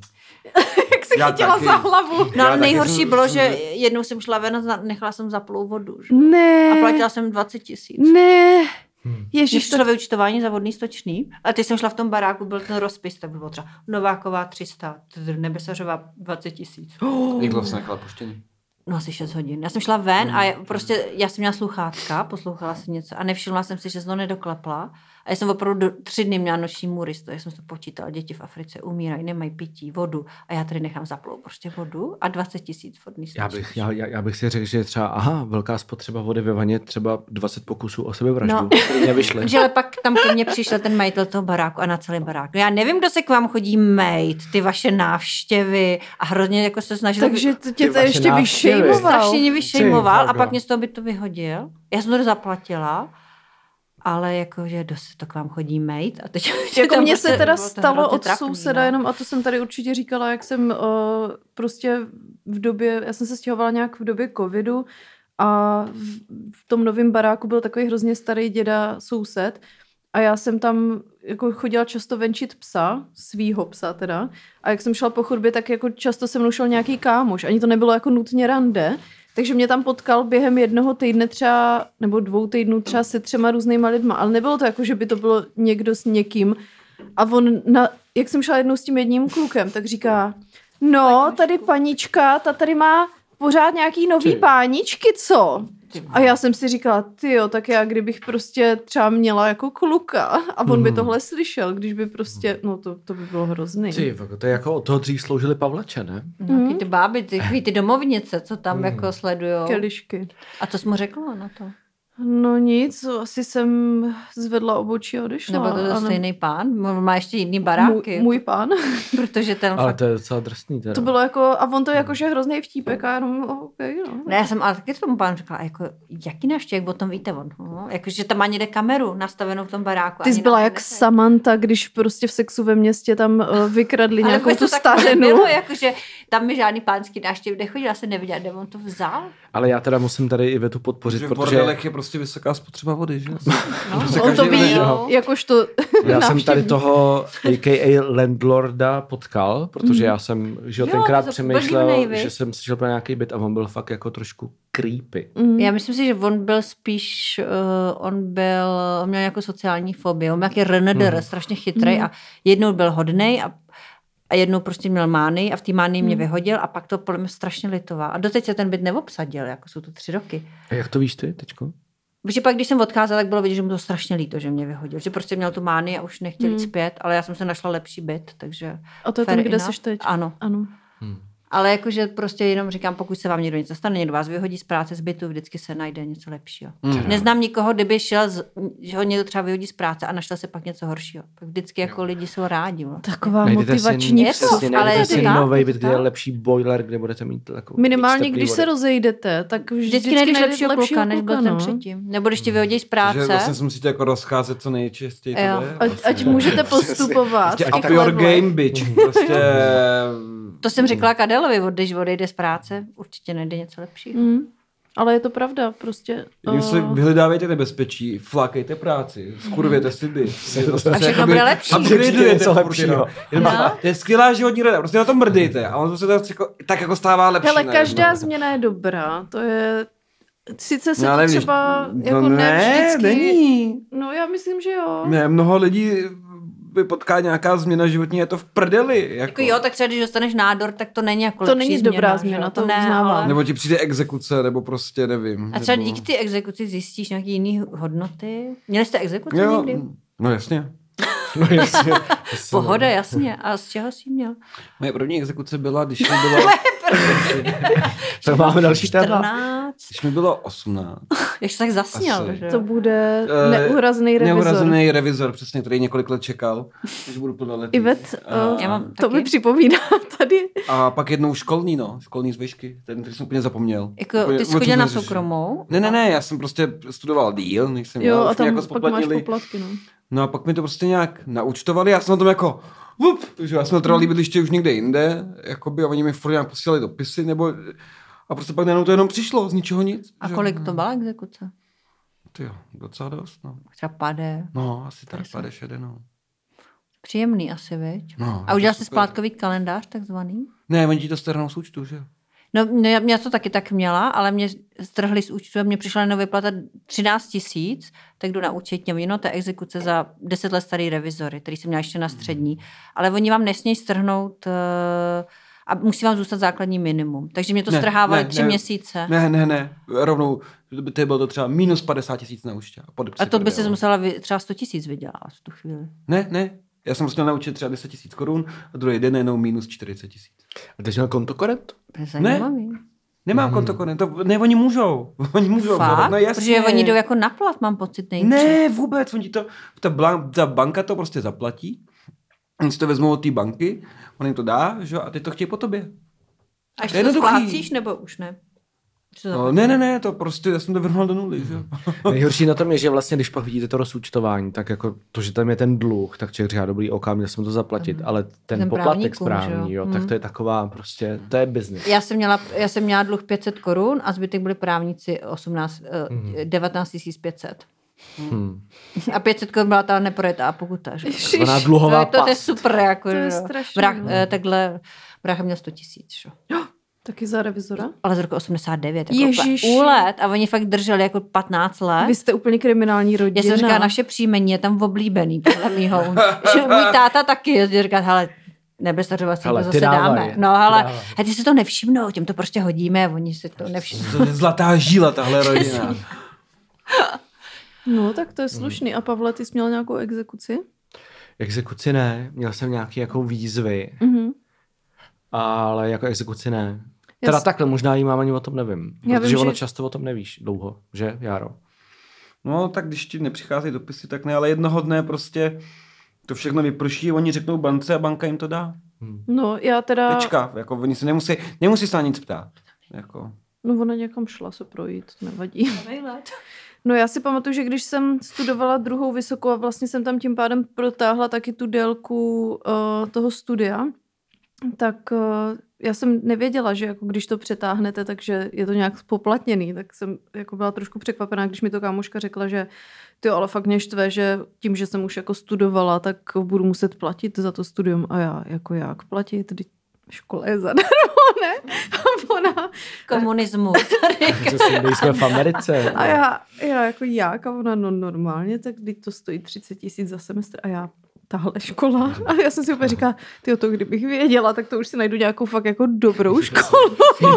jak se chytila za hlavu. No ale nejhorší bylo, že jednou jsem šla ven a nechala jsem zaplou vodu. Že? Ne. A platila jsem 20 000. Ne. Ježíš, Šlo vyúčtování za vodný stočný. A teď jsem šla v tom baráku, byl ten rozpis, tak bylo třeba Nováková 300, Nebesařová 20 000. Jak dlouho jsi nechala puštění? No asi 6 hodin. Já jsem šla ven a já jsem měla sluchátka, poslouchala jsem něco a nevšimla jsem si, že jsem to nedoklepla. A já jsem opravdu 3 dny měla noční můry, já jsem to počítala, děti v Africe umírají, nemají pití, vodu a já tady nechám zaplou prostě vodu a 20 000 vodný stočný. Já bych si řekl, že třeba, velká spotřeba vody ve vaně, třeba 20 pokusů o sebevraždu, No. nevyšly. Ale pak tam ke mně přišel ten majitel toho baráku a na celý barák. No já nevím, kdo se k vám chodí mejt, ty vaše návštěvy a hrozně jako se snažil. takže tě to vaše ještě návštěvy. vyšejmoval. strašně mě vyšejmoval Ty a pak vago. mě z toho by to vyhodil. Já jsem to zaplatila, ale jakože dost to k vám chodí mejt a teď Jako tam mně prostě se teda bylo to stalo hrozně od trapný, souseda, no. jenom a to jsem tady určitě říkala, jak jsem prostě v době, já jsem se stěhovala nějak v době covidu a v tom novém baráku byl takový hrozně starý děda soused a já jsem tam jako chodila často venčit psa, svýho psa teda, a jak jsem šla po chodbě, tak jako často se mnou šel nějaký kámoš, ani to nebylo jako nutně rande, takže mě tam potkal během 1 týdne třeba, nebo 2 týdnů třeba se 3 různýma lidma, ale nebylo to jako, že by to bylo někdo s někým. A on, jak jsem šla jednou s tím jedním klukem, tak říká, no, tady panička, ta tady má pořád nějaký nový páničky, co? A já jsem si říkala, tyjo, tak já kdybych prostě třeba měla jako kluka a on by tohle slyšel, když by prostě, no to by bylo hrozný. To je jako od toho dřív sloužili Pavlače, ne? No, ty báby, ty domovnice, co tam jako sledujou. Kelišky. A to jsi mu řekla na to? No nic, asi jsem zvedla obočí a odešla. Nebo to A stejný pán? Má ještě jiný baráky. Můj pán. Protože ten Ale fakt... to je docela drsný teda. To bylo jako, a on to jakože hrozný vtípek a jenom, okay, no. Ne, já jsem ale taky tomu pánu řekla, jako, jaký návštěvek o tom víte on? No, jakože tam má někde kameru nastavenou v tom baráku. Ty jsi byla jak Samantha, když prostě v Sexu ve městě tam vykradli ale nějakou tu to tak stařenu. nebylo, jakože tam mi žádný pánský návštěv nechodil, já jsem neviděla, kde on to vzal. Ale já teda musím tady Ivetu podpořit, Že v protože bordelech je prostě vysoká spotřeba vody, že? Prostě On to každý ví, den, jo. jakožto já jsem tady návštěvník. toho a.k.a. landlorda potkal, protože já jsem, že Jo, tenkrát to byl přemýšlel, divnej, viď? že jsem slyšel pro nějaký byt a on byl fakt jako trošku creepy. Já myslím si, že on byl spíš, on měl nějakou sociální fobii, on byl nějaký RNDR, strašně chytrej a jednou byl hodnej a jednou prostě měl mánii a v té mánii mě vyhodil a pak to podle mě strašně litoval. A doteď se ten byt neobsadil, jako jsou to 3 roky. A jak to víš ty teďko? Protože pak, když jsem odcházela, tak bylo vidět, že mu to strašně líto, že mě vyhodil. Že prostě měl tu mánii a už nechtěl jít zpět, ale já jsem se našla lepší byt, takže... A to je ten, fair kde enough. seš teď. Ano. Ale jakože prostě jenom říkám, pokud se vám někdo něco stane, někdo vás vyhodí z práce, z bytu, vždycky se najde něco lepšího. Neznám nikoho, kdyby šel, že ho někdo třeba vyhodí z práce a našel se pak něco horšího. Tak vždycky jako lidi jsou rádi. No. Taková Najdete motivační Je to, vsuvka. ale Najdete je si tak, nový je byt, to kde je tak. lepší boiler, kde budete mít jako Minimálně, víc když teplý se vody. rozejdete, tak Vždycky najdeš lepšího kluka, lepšího než byl ten no. předtím. Nebo když ti vyhodí z Že práce. vlastně se musíte jako rozcházet co nejčastěji. To Jo. jde. Ať můžete postupovat. Prostě v up těch your levelech. game, bitch. Prostě... To jsem řekla Kadelovi, když odejde z práce, určitě najde něco lepšího. Ale je to pravda, prostě. Jedním si vyhledávejte nebezpečí, flákejte práci, skurvěte si byt. A všechno bude lepší. Upgradeujete Něco furt lepšího. jenom. To je skvělá životní rada, prostě na tom mrdejte a on se to tak jako stává lepší. Hele, najednou. každá změna je dobrá, to je... Sice se No, to ale když- třeba no jako ne vždycky... není. No já myslím, že jo. Ne, mnoho lidí by potká nějaká změna životní, je to v prdeli. Jako jo, tak třeba když dostaneš nádor, tak to není jako To lepší není změna, dobrá že změna, jo? to ne, uznávám. ale- Nebo ti přijde exekuce, nebo prostě nevím. A třeba nebo... díky ty exekuci zjistíš nějaké jiné hodnoty. Měli jste exekuci Jo, někdy? no jasně. No jasně. Pohoda, jasně. A z čeho jsi ji měl? Moje první exekuce byla, když mi bylo, Tak máme další téma. 14. když mi bylo 18. Jak jsi tak zasněl, Asi. že? To bude Eh, neuhrazený revizor. Neuhrazený revizor, přesně, který několik let čekal, když budu plnoletý. Ivet, Já mám to mi taky. připomíná tady. A pak jednou školní z výšky, ten, který jsem úplně zapomněl. Jako, Úplně- ty jsi vůbec chodil jsem na neřešil. soukromou? Ne, já jsem prostě studoval díl, než jsem Jo, měl, a už mě tam jako pak máš spoplatnili. poplatky, no. No a pak mi to prostě nějak naučtovali, já jsem na tom jako že já jsem na trvalý bydliště už někde jinde, jakoby, a oni mi furt nějak posílali dopisy, nebo a prostě pak najednou to jenom přišlo, z ničeho nic. A že- kolik to byla exekuce? Tyjo, docela dost, no. Třeba pade. No, asi tak, padeš jeden, no. Příjemný asi, viď? No, A udělal to jsi super. splátkový kalendář takzvaný? Ne, oni ti to strhnou z účtu, že? No, já to taky tak měla, ale mě strhli z účtu a mě přišla na vyplata 13 000, tak jdu na účetně. To je exekuce za 10 let starý revizory, který jsem měla ještě na střední. Ale oni vám nesmějí strhnout a musí vám zůstat základní minimum. Takže mě to strhávali 3 měsíce. Ne. Rovnou, to bylo to třeba minus 50 000 na účtě. A to by si musela třeba 100 000 vydělat v tu chvíli. Ne. Já jsem musel naučit třeba 10 000 korun a druhý den jenom minus 40 000. A ty jsi měl kontokorent? Ne. Nemám kontokorent. Ne, oni můžou. Fakt? No, jasně. Protože oni jdou jako na plat, mám pocit nejdřív. Ne, vůbec. Oni ta banka to prostě zaplatí. Oni si to vezmou od té banky, on jim to dá, že? A ty to chtějí po tobě. A ještě to splácíš, nebo už ne? No, ne, to prostě, já jsem to vrhnul do nuly, že? Nejhorší na tom je, že vlastně, když pak vidíte to rozúčtování, tak jako to, že tam je ten dluh, tak člověk říká, dobrý, měl jsem to zaplatit, ale ten poplatek správný, jo, tak to je taková prostě, to je business. Já jsem měla dluh 500 korun a zbytek byli právníci 19 500. A 500 korun byla ta neprojetá pokuta. Ona dluhová to je super. Jako, to je strašné. Takhle brácha měl 100 000. Taky za revizora? Ale z roku 89. Jako úlet. A oni fakt drželi jako 15 let. Vy jste úplně kriminální rodina. Já jsem říkala, naše příjmení je tam oblíbený. Podle mýho. Můj táta taky je. Říká, hele, nebestařovat se to zase dáme. No, ale ty si to nevšimnou, těm to prostě hodíme, oni si to nevšimnou. To je zlatá žíla, tahle rodina. No, tak to je slušný. A Pavle, ty jsi měl nějakou exekuci? Exekuci ne, měl jsem nějaký jako výzvy, ale jako exekuci ne. Teda takhle, možná jí mám, ani o tom nevím. Protože ono často o tom nevíš dlouho, že, Járo? No, tak když ti nepřicházejí dopisy, tak ne, ale jednoho dne prostě to všechno vyprší, oni řeknou bance a banka jim to dá. No, já teda... Tečka, jako oni se nemusí se na nic ptát. Jako. No, ona někam šla se projít, nevadí. No, já si pamatuju, že když jsem studovala druhou vysokou a vlastně jsem tam tím pádem protáhla taky tu délku toho studia, tak já jsem nevěděla, že jako když to přetáhnete, takže je to nějak spoplatněný, tak jsem jako byla trošku překvapená, když mi to kámoška řekla, že ty ale fakt mě štve, že tím, že jsem už jako studovala, tak budu muset platit za to studium. A já jako jak platit? Škola je zadarmo, ne? A ona... Komunismus. Jsme v Americe. A já jako jak? A ona, no normálně, tak když to stojí 30 000 za semestr a já tahle škola. A já jsem si úplně říkala, to kdybych věděla, tak to už si najdu nějakou fakt jako dobrou školu.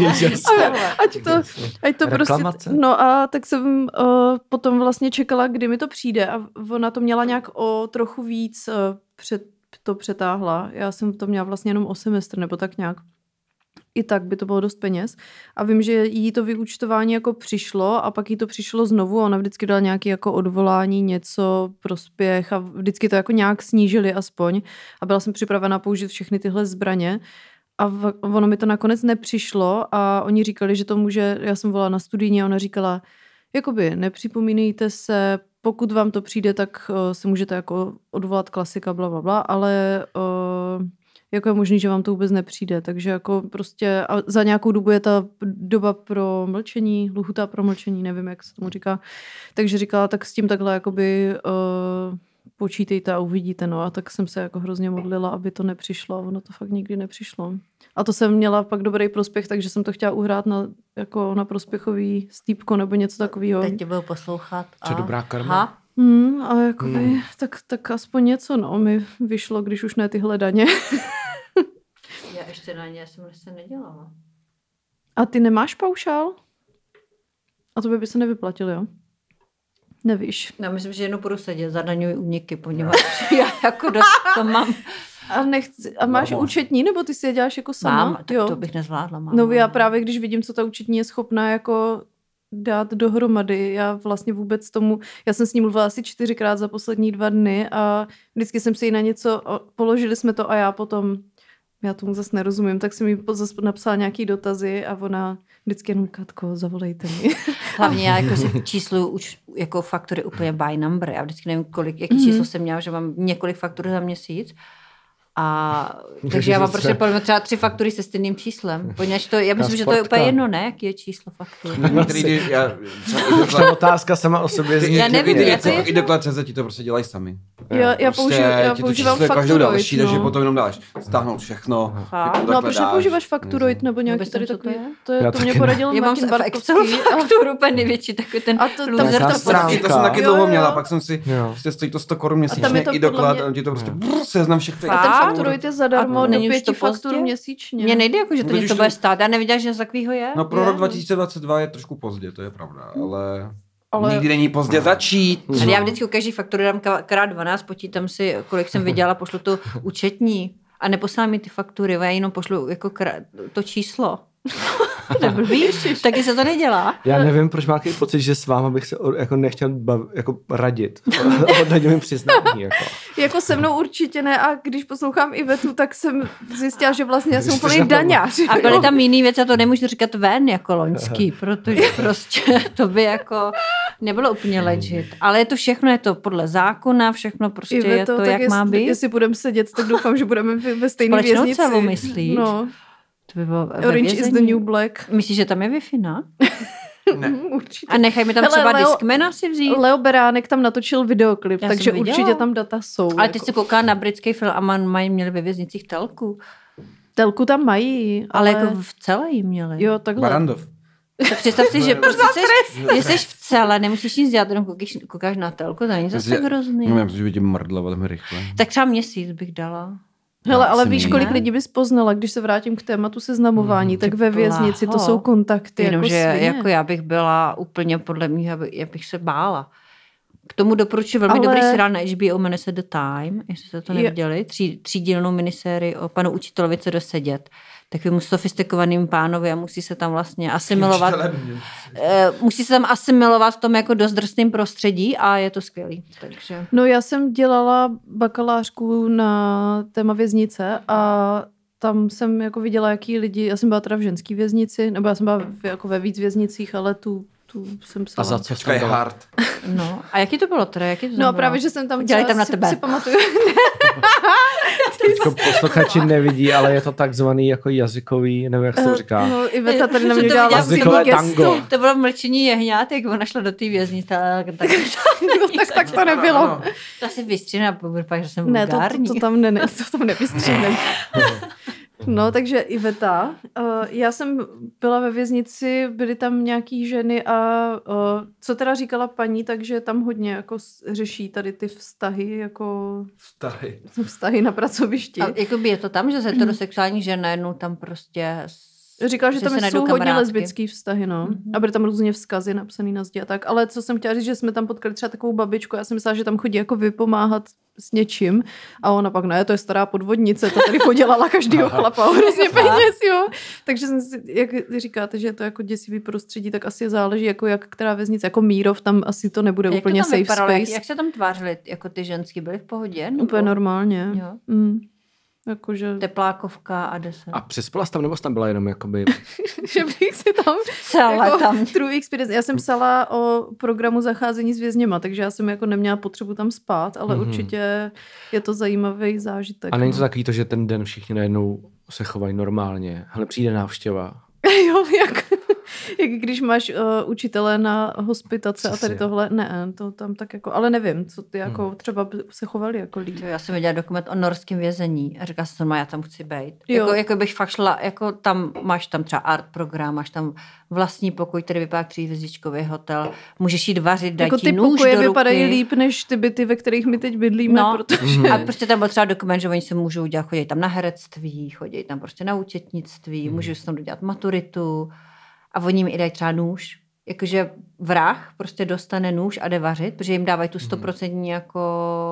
ať to prostě... No a tak jsem potom vlastně čekala, kdy mi to přijde a ona to měla nějak o trochu víc to přetáhla. Já jsem to měla vlastně jenom o semestr nebo tak nějak. I tak by to bylo dost peněz. A vím, že jí to vyúčtování jako přišlo a pak jí to přišlo znovu. Ona vždycky dala nějaké jako odvolání, něco, prospěch a vždycky to jako nějak snížili aspoň. A byla jsem připravena použít všechny tyhle zbraně. A ono mi to nakonec nepřišlo a oni říkali, že to může, já jsem volala na studijně a ona říkala, jakoby nepřipomínejte se, pokud vám to přijde, tak se můžete jako odvolat klasika, blablabla, ale jako je možný, že vám to vůbec nepřijde, takže jako prostě a za nějakou dobu je ta doba pro mlčení, lhůta pro mlčení, nevím, jak se tomu říká, takže říkala, tak s tím takhle jakoby počítejte a uvidíte, no a tak jsem se jako hrozně modlila, aby to nepřišlo a ono to fakt nikdy nepřišlo. A to jsem měla pak dobrý prospěch, takže jsem to chtěla uhrát na prospěchový stýpko nebo něco takového. Teď tě budou poslouchat. Co dobrá karma. A jakoby, tak aspoň něco, no, mi vyšlo, když už ne tyhle daně. Já ještě na ně jsem se nedělala. A ty nemáš paušál? A to by se nevyplatil, jo? Nevíš. Já myslím, že jenom budu sedět za daňové úniky, poněvadž já jako dost to mám. A máš účetní, nebo ty si je děláš jako sama? Mám, to bych nezvládla. No já právě, když vidím, co ta účetní je schopná jako dát dohromady. Já vlastně vůbec já jsem s ní mluvila asi 4krát za poslední 2 dny a vždycky jsem si jí na něco, položili jsme to a já tomu zase nerozumím, tak jsem jí zase napsala nějaký dotazy a ona vždycky jenom, Katko, zavolejte mi. Hlavně já jako si čísluju už jako faktury úplně by number. Já vždycky nevím, jaký číslo jsem měla, že mám několik faktur za měsíc. Takže já mám prostě třeba 3 faktury se stejným číslem. Poněž to, já myslím, že to je úplně jedno, ne? Jaký je číslo faktury. Už ta otázka sama o sobě zní. Já nevím, jako i doklad CZ ti to prostě dělají sami. Já používám Factoroid. Takže potom jenom dáš stáhnout všechno. No a proč nepoužíváš Factoroid nebo nějaký tady takový? To mě poradil Martin Bartkovský. Fakturu úplně největší, takový ten loser. To jsem taky dlouho měla, pak jsem si, stojí to 100 korun měsíčně i doklad, a on ti to prostě seznam všechno. A ten Factoroid je zadarmo do 5 faktur měsíčně. Mně nejde jako, že to něco bude stát. Já neviděla, že něco takového je. No pro rok 2022 je trošku pozdě, to je pravda, ale nikdy není pozdě začít. Ale já vždycky u každý faktury dám krát 12, počítám si, kolik jsem vydělala, pošlu to účetní a neposlám mi ty faktury, já jenom pošlu jako to číslo. Neblbíš? Taky se to nedělá. Já nevím, proč má takový pocit, že s váma bych se jako nechtěl radit o daňovém přiznání. Jako se mnou určitě ne a když poslouchám Ivetu, tak jsem zjistila, že vlastně já jsem úplný daňář. A byly tam jiný věci a to nemůžu říkat ven jako loňský, protože prostě to by jako nebylo úplně legit. Ale je to všechno, je to podle zákona, všechno prostě je to, jak má být. Jestli budeme sedět, tak doufám, že budeme ve stejné věznici. Celou myslíš? No. To by bylo Orange is the New Black. Myslíš, že tam je Wi-Fi, no? Ne. Určitě. A nechaj mi tam třeba Discmana si vzít. Leo Beránek tam natočil videoklip, takže určitě tam data jsou. Ale ty jsi koukala na britský film a měli ve věznicích telku. Telku tam mají. Ale jako v celé jí měli. Jo, takhle. Barandov. Tak představ si, že prostě jsi v celé, nemusíš nic dělat, jenom koukáš na telku, to není zase hrozný. No, já myslím, že by tě mrdla velmi rychle. Tak třeba měsíc bych dala. Hele, ale víš, kolik lidí bys poznala, když se vrátím k tématu seznamování, tak ve věznici to jsou kontakty jenom, jako že svině. jako já bych byla úplně podle mě, já bych se bála. K tomu doporučuji velmi dobrý seriál na HBO, jmenuje se The Time, jestli jste to neviděli, třídílnou minisérii o panu učitelovi, co dosedět. Takovým sofistikovaným pánovi a musí se tam vlastně asimilovat. Musí se tam asimilovat v tom jako dost drsným prostředí a je to skvělý. Takže. No já jsem dělala bakalářku na téma věznice a tam jsem jako viděla, jaký lidi, já jsem byla teda v ženský věznici, nebo já jsem byla jako ve víc věznicích, ale tu jsem psala. A za co jsi hard? No, a jaký to bylo teda? No a právě, že jsem tam dělali tam na tebe. Si pamatuju. Jako posluchači nevidí, ale je to takzvaný jako jazykový, nebo jak se to říká. No, Iveta tady na mě dělala jazykové tango. To bylo mlčení jehňát, jak ona šla do té věznice. Tak to nebylo. To asi vystříhne, pak, že jsem vulgární. Ne, to tam nevystříhne. No, takže Iveta. Já jsem byla ve věznici, byly tam nějaký ženy a co teda říkala paní, takže tam hodně jako řeší tady ty vztahy, jako vztahy na pracovišti. A jakoby je to tam, že heterosexuální žena najednou tam prostě říkala, že tam jsou hodně lesbický vztahy, no. A byly tam různě vzkazy napsaný na zdi a tak. Ale co jsem chtěla říct, že jsme tam potkali třeba takovou babičku, já jsem myslela, že tam chodí jako vypomáhat s něčím. A ona pak, ne, to je stará podvodnice, to tady podělala každýho chlapa hrozně peněz, jo. Takže jsem si, jak říkáte, že je to jako děsivý prostředí, tak asi záleží, jako jak která věznice, jako Mírov, tam asi to nebude jak úplně to safe vypadalo, space. Jak se tam tvářili, jako ty ženský, byly v pohodě? Nebo? Úplně normálně. Jo. Jakože... Teplákovka a 10. A přespala jsi tam, nebo jsi tam byla jenom jakoby... že bych si tam... Celé jako tam. True experience. Já jsem psala o programu zacházení s vězněma, takže já jsem jako neměla potřebu tam spát, ale určitě je to zajímavý zážitek. A není to takový to, že ten den všichni najednou se chovají normálně. Hele, přijde návštěva. Jo, jak když máš učitele na hospitace a tady tohle, ne, to tam tak jako, ale nevím, co ty jako třeba se chovali jako lidi. Já jsem viděla dokument o norském vězení a říkala jsem, já tam chci být. Jako bych fakt šla, jako tam máš tam třeba art program, máš tam vlastní pokoj, který vypadá jak 3hvězdičkový hotel, můžeš jít vařit, dát jako ti nůž do ruky. Jako ty pokoje vypadají líp než ty byty, ve kterých my teď bydlíme, no, protože... A prostě tam byl třeba dokument, že oni se můžou dělat, chodí tam na herectví, chodí tam prostě na účetnictví, můžou se tam dodělat maturitu. A oni mi i dají třeba nůž. Jakože vrah prostě dostane nůž a jde vařit, protože jim dávají tu 100% jako...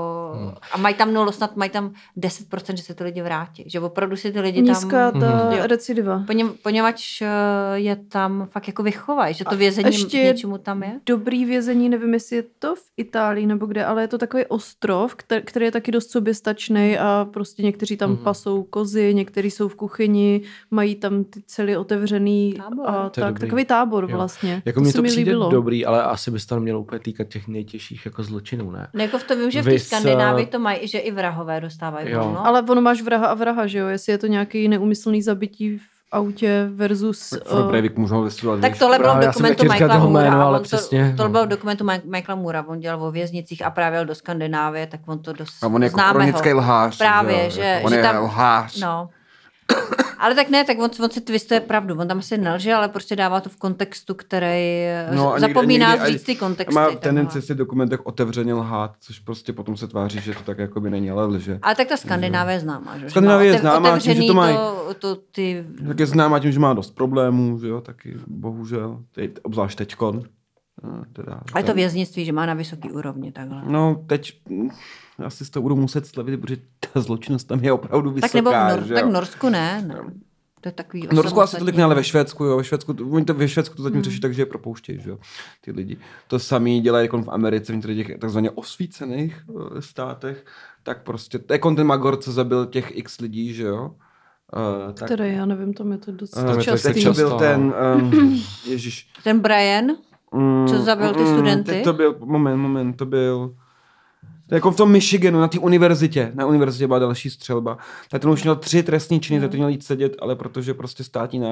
A mají tam snad mají tam 10%, že se ty lidi vrátí. Že opravdu si ty lidi nízká tam... ta recidiva. Poněvadž je tam fakt jako vychovají, že to vězení něčemu tam je. Dobrý vězení, nevím, jestli je to v Itálii nebo kde, ale je to takový ostrov, který je taky dost soběstačný a prostě někteří tam pasou kozy, někteří jsou v kuchyni, mají tam ty celý otevřený tábor. a tak, takový tábor vlastně. Jako mně to mi přijde líbilo. dobrý, ale asi by se to nemělo úplně týkat těch nejtěžších jako zločinů, ne? No jako v tom vím, že v té Vys, Skandinávii to mají, že i vrahové dostávají Jo. volno. Ale ono máš vraha a vraha, že jo? Jestli je to nějaký neúmyslný zabití v autě versus... Ford Breivik můžou vystudovat. Tak tohle bylo v Právě, já jsem dokumentu nechtěl říkat Michaela jeho jméno, Moora. ale On přesně, to no. bylo v dokumentu Michaela Moora. On dělal o věznicích a právě jel do Skandinávie, tak on to dost A on je jako známe chronický ho. lhář. Právě, že, že on je tam... lhář. No. Ale tak ne, tak on si twistuje pravdu. On tam asi nelže, ale prostě dává to v kontextu, který zapomíná říct ty kontexty. Má tendenci si v dokumentech otevřeně lhát, což prostě potom se tváří, že to tak jakoby není, ale lže. Ale tak ta Skandinávie je známá, že? Skandinávie je známá tím, že to mají. Ty... Tak je známá tím, že má dost problémů, že jo, taky bohužel. Obzvlášť teďkon. Teda, A je to věznictví, že má na vysoký úrovni takhle. No, teď asi z toho budu muset slavit, protože ta zločinnost tam je opravdu vysoká. Tak nebo že tak jo? v Norsku ne. To je takový V Norsku asi osamostatný. tolik ne, ale ve Švédsku, jo, ve Švédsku to zatím řeší tak, že je propouštějí, že jo, ty lidi. To samý dělají jako v Americe, v některých těch takzvaně osvícených státech, tak prostě, jako ten Magor, co zabil těch x lidí, že jo. Tak, Který, já nevím, tam je to dost je to častý. teď to byl ten, ježiš. Ten Brian, co zabil ty studenty? Teď to byl, moment, to byl... To je jako v tom Michiganu, na té univerzitě. Na univerzitě byla další střelba. Tak ten už měl 3 trestní činy, za to měl jít sedět, ale protože prostě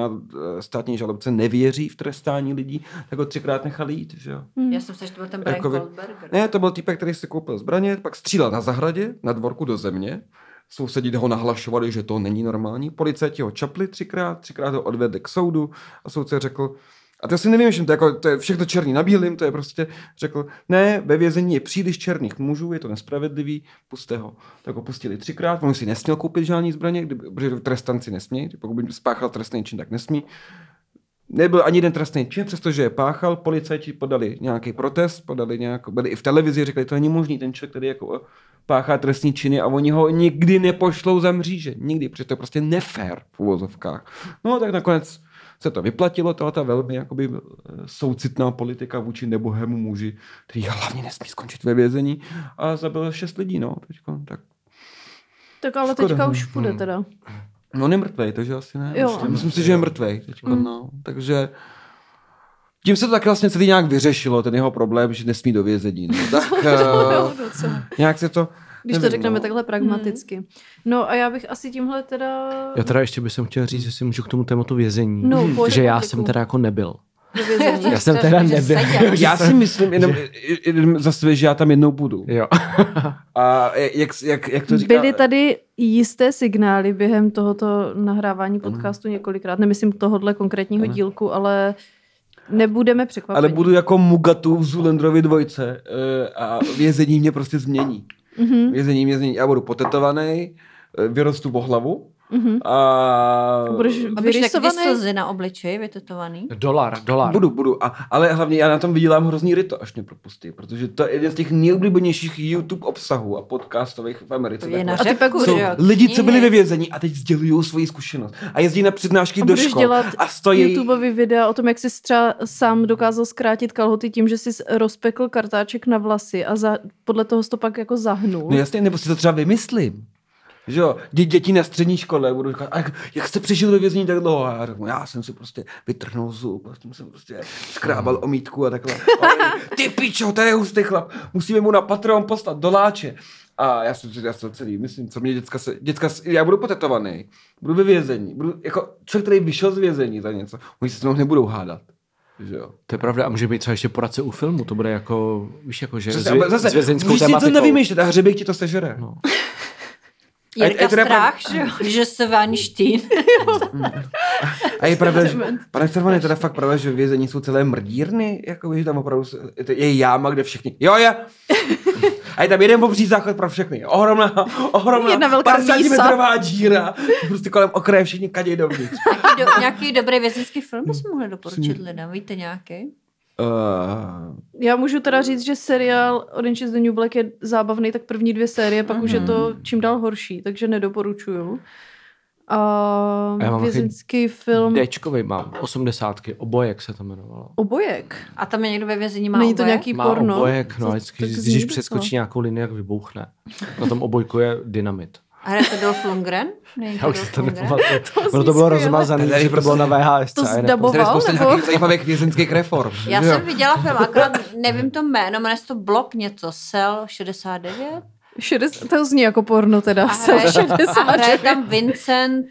státní žalobce nevěří v trestání lidí, tak ho 3krát nechali jít, že jo. Já jsem se, že to byl ten Brian Jakoby- Goldberger. Ne, to byl týpek, který si koupil zbraně, pak střílel na zahradě, na dvorku do země. Sousedí ho nahlašovali, že to není normální. Policajti ho čapli 3krát ho odvedli k soudu a soudce řekl, a to si nevím, to je všechno černý na bílým, to je prostě, řekl, ne, ve vězení je příliš černých mužů, je to nespravedlivý, puste ho. Tak ho pustili 3krát, on si nesměl koupit žádný zbraně, protože trestanci nesmějí, pokud by spáchal trestný čin, tak nesmí. Nebyl ani jeden trestný čin, přestože je páchal, policajti podali nějaký protest, byli i v televizi, řekli, to není možný, ten člověk, který jako páchá trestní činy a oni ho nikdy nepošlou za mříže. Nikdy, protože to je prostě nefér v uvozovkách. No tak nakonec se to vyplatilo, ta velmi jakoby soucitná politika vůči nebohému muži, který hlavně nesmí skončit ve vězení a zabil 6 lidí, no, teďko, tak. Tak ale Škoda, teďka no. už půjde teda. No, on je mrtvej, takže asi ne. Jo. Myslím si, že je mrtvej teďko, no, takže tím se to taky vlastně celý nějak vyřešilo, ten jeho problém, že nesmí do vězení, no. Tak Jo, docela. nějak se to, Když to nevím, řekneme no. takhle pragmaticky. No a já bych asi tímhle teda... Já teda ještě bych chtěl říct, jestli můžu k tomu tématu vězení, No, pojď, že já Pavlíku. jsem teda jako nebyl. do vězení. Já jsem teda nebyl. Já si myslím, jenom zase, že já tam jednou budu. Jo. A jak to říká? Byly tady jisté signály během tohoto nahrávání podcastu několikrát, nemyslím tohohle konkrétního dílku, ale nebudeme překvapeni. Ale budu jako Mugatu v Zulendrovi 2 a vězení mě prostě změní. Vězení mě změní. Já budu potetovaný, vyrostu po hlavu a... Budeš A budeš tak vyrysovaný? slzy na obličeji vytetovaný? Dolar. Budu. Ale hlavně já na tom vydělám hrozný ryto, až mě propustí, protože to je jeden z těch nejoblíbenějších YouTube obsahů a podcastových v Americe. To je na Takhle. řepku, Jsou že jo? lidi, co Knihy. byli ve vězení a teď sdělují svoji zkušenost. A jezdí na přednášky A do budeš škol. dělat A stojí... YouTubeový videa o tom, jak jsi třeba sám dokázal zkrátit kalhoty tím, že jsi rozpekl kartáček na vlasy a podle toho jsi to pak jako zahnul. No jasně, nebo si to třeba vymyslím. Že jo, děti na střední škole budou říkat, a jak jste přežil do vězení tak dlouho? A já řeknu, já jsem si prostě vytrhnul zub, a jsem prostě skrábal omítku a takhle. A oni, ty pičo, to je hustý chlap, musíme mu na Patreon poslat doláče. A já jsem celý, myslím, co mě já budu potetovaný, budu ve vězení, budu jako člověk, který vyšel z vězení za něco, oni se s mnou nebudou hádat. Že jo. To je pravda, a může být třeba ještě poradce u filmu, to bude jako, víš, jako, že Zase, s vězeňskou můžeš si něco tematikou. nevymýšlet a hřebík ti to sežere. No. Jirka teda Strach, že se Vánštín. A je pravda, že, pane Cervan, je teda fakt pravda, že vězení jsou celé mrdírny, jako že tam opravdu je jáma, kde všichni, a je tam jeden obří záchod pro všechny, ohromná Jedna velká 50metrová díra, prostě kolem okraje všichni kaděj dovnitř. Nějaký dobrý vězeňský film bychom mohli doporučit lidem, víte nějaký? Já můžu teda říct, že seriál Orange is the New Black je zábavný, tak první 2 série, pak už je to čím dál horší, takže nedoporučuju. A já mám vězeňský film Dčkovej mám, 80, Obojek se to jmenovalo. Obojek. A tam je někdo ve vězení má Není to oboje? nějaký Má porno? obojek, no, To- vždycky, tak zní když docela. přeskočí nějakou linii, jak vybuchne. Na tom obojku je dynamit. A hraje to Dolph Lundgren? Já už si to nepamatuju. Proto bylo rozmazaný, že to bylo na VHS. To zdaboval, spousta nějakých zajímavých vězenských reform. Já jsem viděla film, akorát nevím to jméno, jmenuje se to Blok něco, Cell 69? To zní jako porno teda. A hraje tam Vincent,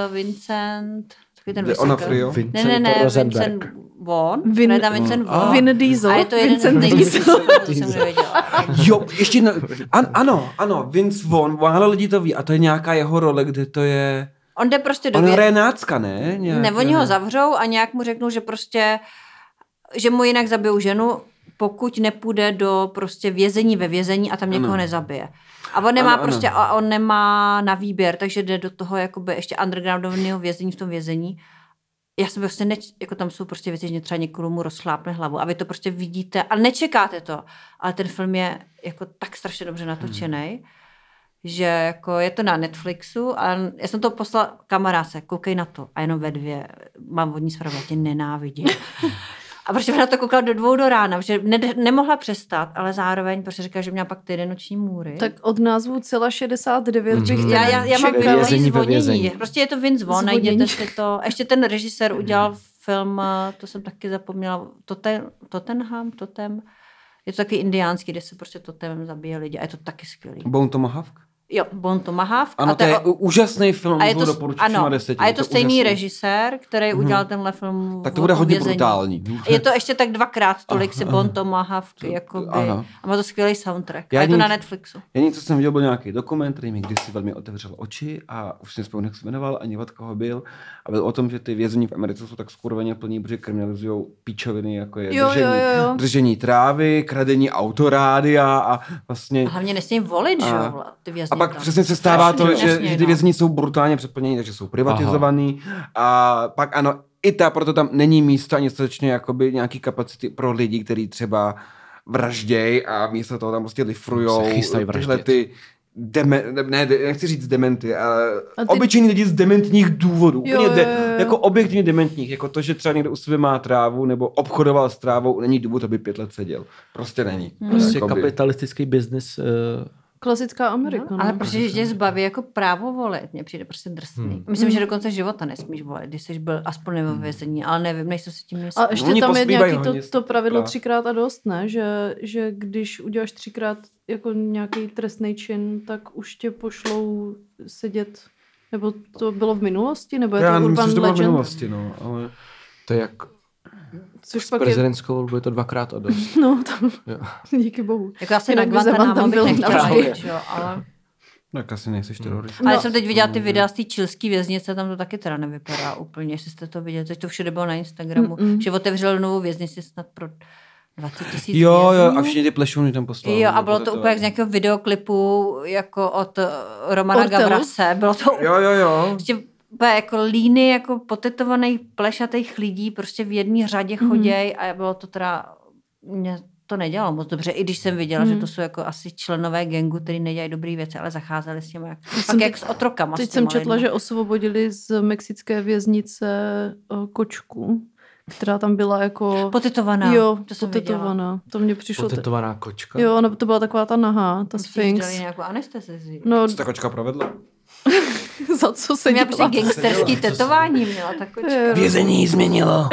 takový ten Onofrio. Ne, Vincent Vaughn. Hraje tam Vincent Vaughn. Vin Diesel. A je to jeden z nejvíc, co jsem nevěděla. Jo, ještě jedno. Ano, Vince Vaughn, málo lidí to ví, a to je nějaká jeho role, kde to je... On jde prostě do On hraje nácka, ne? Ne, oni ho zavřou a nějak mu řeknou, že prostě, že mu jinak zabijou ženu, pokud nepůjde do prostě vězení ve vězení a tam někoho nezabije. A on nemá on nemá na výběr, takže jde do toho jakoby ještě undergroundového vězení v tom vězení. Já jsem prostě, jako tam jsou prostě věci, že třeba někomu rozchlápne hlavu a vy to prostě vidíte a nečekáte to. Ale ten film je jako tak strašně dobře natočený, že jako je to na Netflixu a já jsem to poslala kamarádce, koukej na to a jenom ve 2 mám od ní zprávu, já tě nenávidím. A protože na to koukala do 2 do rána, protože nemohla přestat, ale zároveň prostě říkala, že měla pak ty noční můry. Tak od názvu Cela 69 bych já mám Vězení ve vězení. zvonění. Prostě je to Vince Vaughn, najděte si to. Ještě ten režisér udělal film, to jsem taky zapomněla, Totem. Je to taky indiánský, kde se prostě totemem zabíje lidi a je to taky skvělý. Bone Tomahawk? Jo, Bone Tomahawk. Ano, to je úžasný film, můžu doporučit na 10. A je to stejný režisér, který udělal tenhle film. Tak to bude hodně brutální. Je to ještě tak 2x tolik si Bone Tomahawk, jakoby. A má to skvělý soundtrack. A je to na Netflixu. Já co jsem viděl, byl nějaký dokument, který mi kdysi velmi otevřel oči a už si nespomínám, jak se jmenoval, ani od koho byl. A byl o tom, že ty vězení v Americe jsou tak skurveně plní, protože kriminalizují píčoviny, jako je držení trávy, kradení autorádia a vlastně... A hlavně nesmí volit, že jo, ty vězni. A pak přesně se stává to, že ty vězni jsou brutálně přeplnění, takže jsou privatizovaný. A pak ano, proto tam není místo ani skutečně jakoby nějaký kapacity pro lidi, kteří třeba vražděj a místo toho tam prostě lifrujou tyhle ty nechci říct dementy, ale obyčejní lidi z dementních důvodů. Jako objektivně dementních. Jako to, že třeba někdo u sebe má trávu nebo obchodoval s trávou, není důvod, aby 5 let seděl. Prostě není. Prostě kapitalistický biznis. Klasická Amerika. Ale protože tě zbaví jako právo volit, mně přijde prostě drsný. Myslím, že do konce života nesmíš volit, když jsi byl aspoň ve vězení, ale nevím, nejsem si tím jistý. A ještě tam je nějaký to pravidlo 3x a dost, ne? Že když uděláš 3x jako nějaký trestný čin, tak už tě pošlou sedět, nebo to bylo v minulosti, nebo je to urban legend? Já myslím, že to bylo v minulosti, no, ale... To je jak... Což s prezidentskou volbou je to 2x a dost. No, tam, díky bohu. Jako asi na Guantanamo bych nechtěla jít, ale... Tak asi nejseš terorista. Ale jsem teď viděla ty videa z té chilské věznice, tam to taky teda nevypadá úplně, jestli jste to viděli, teď to všude bylo na Instagramu, že otevřel novou věznici snad pro 20 000 Jo, a všichni ty plešuny tam poslali. Jo, a bylo to úplně z nějakého videoklipu, jako od Romana Gavrase, bylo to... Jo. Jako líny, jako potetovaných plešatých lidí prostě v jedné řadě choděj a bylo to teda, mě to nedělalo moc dobře, i když jsem viděla, že to jsou jako asi členové gangu, kteří nedělají dobré věci, ale zacházeli s těmi jak s otrokama. Teď jsem četla, že osvobodili z mexické věznice kočku, která tam byla jako... Potetovaná. Jo, potetovaná. To mě přišlo... Potetovaná kočka? Jo, to byla taková ta nahá, ta Sphinx. Dali nějakou anestezii. No, co ta kočka provedla? Za co se dělala? Měla prostě gangsterský tetování, měla ta kočka. Vězení změnilo.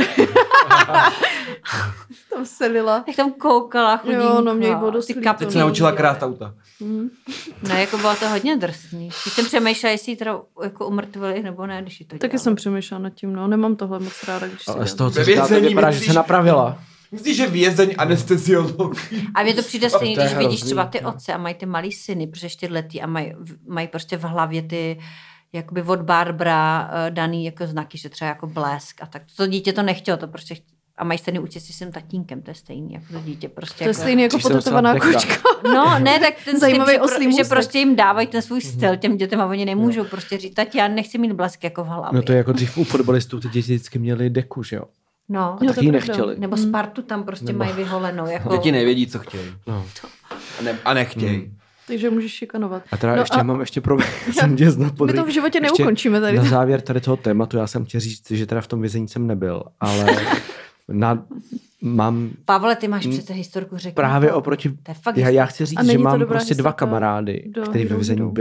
Tam selila. Jak tam koukala, chudinka. Jo, no mě jí bylo dost líto. Teď se naučila krát auta. Ne, jako bylo to hodně drsný. Když jsem přemýšlela, jestli ji teda jako umrtvili, nebo ne, když ji to dělala. Taky jsem přemýšlela nad tím, no. Nemám tohle moc ráda, když ale z toho, co říkáte, vypadá, že se napravila. Myslíš, že vězeň anesteziolog? A mně to přijde stejný, když vidíš třeba ty otce a mají ty malý syny, protože 4letý a mají prostě v hlavě ty jakoby od Barbara daný jako znaky, že třeba jako blesk a tak. To dítě to nechtělo, to prostě a mají stejný účet s tím tatínkem, to je stejný jako to dítě. Prostě to je jako... stejný jako potetovaná kočka. No, ne, tak ten zajímavý styl, že prostě jim dávají ten svůj styl těm dětem a oni nemůžou prostě říct, tati, já nechci mít blesk jako v hlavě. No to je jako dřív u fotbalistů, ty děti vždycky měli deku, že jo? No, taky ji nechtěli. Nebo Spartu tam prostě mají vyholenou. Jako... Děti nevědí, co chtějí. No. A nechtějí. Takže můžeš šikanovat. A teda mám ještě problém. My to v životě neukončíme tady. Na závěr tady toho tématu, já jsem chtěl říct, že teda v tom vězení jsem nebyl, ale mám... Pavle, ty máš přece historku, řekni. Právě oproti... Já chci říct, že mám prostě 2 kamarády, kteří ve vězení byli.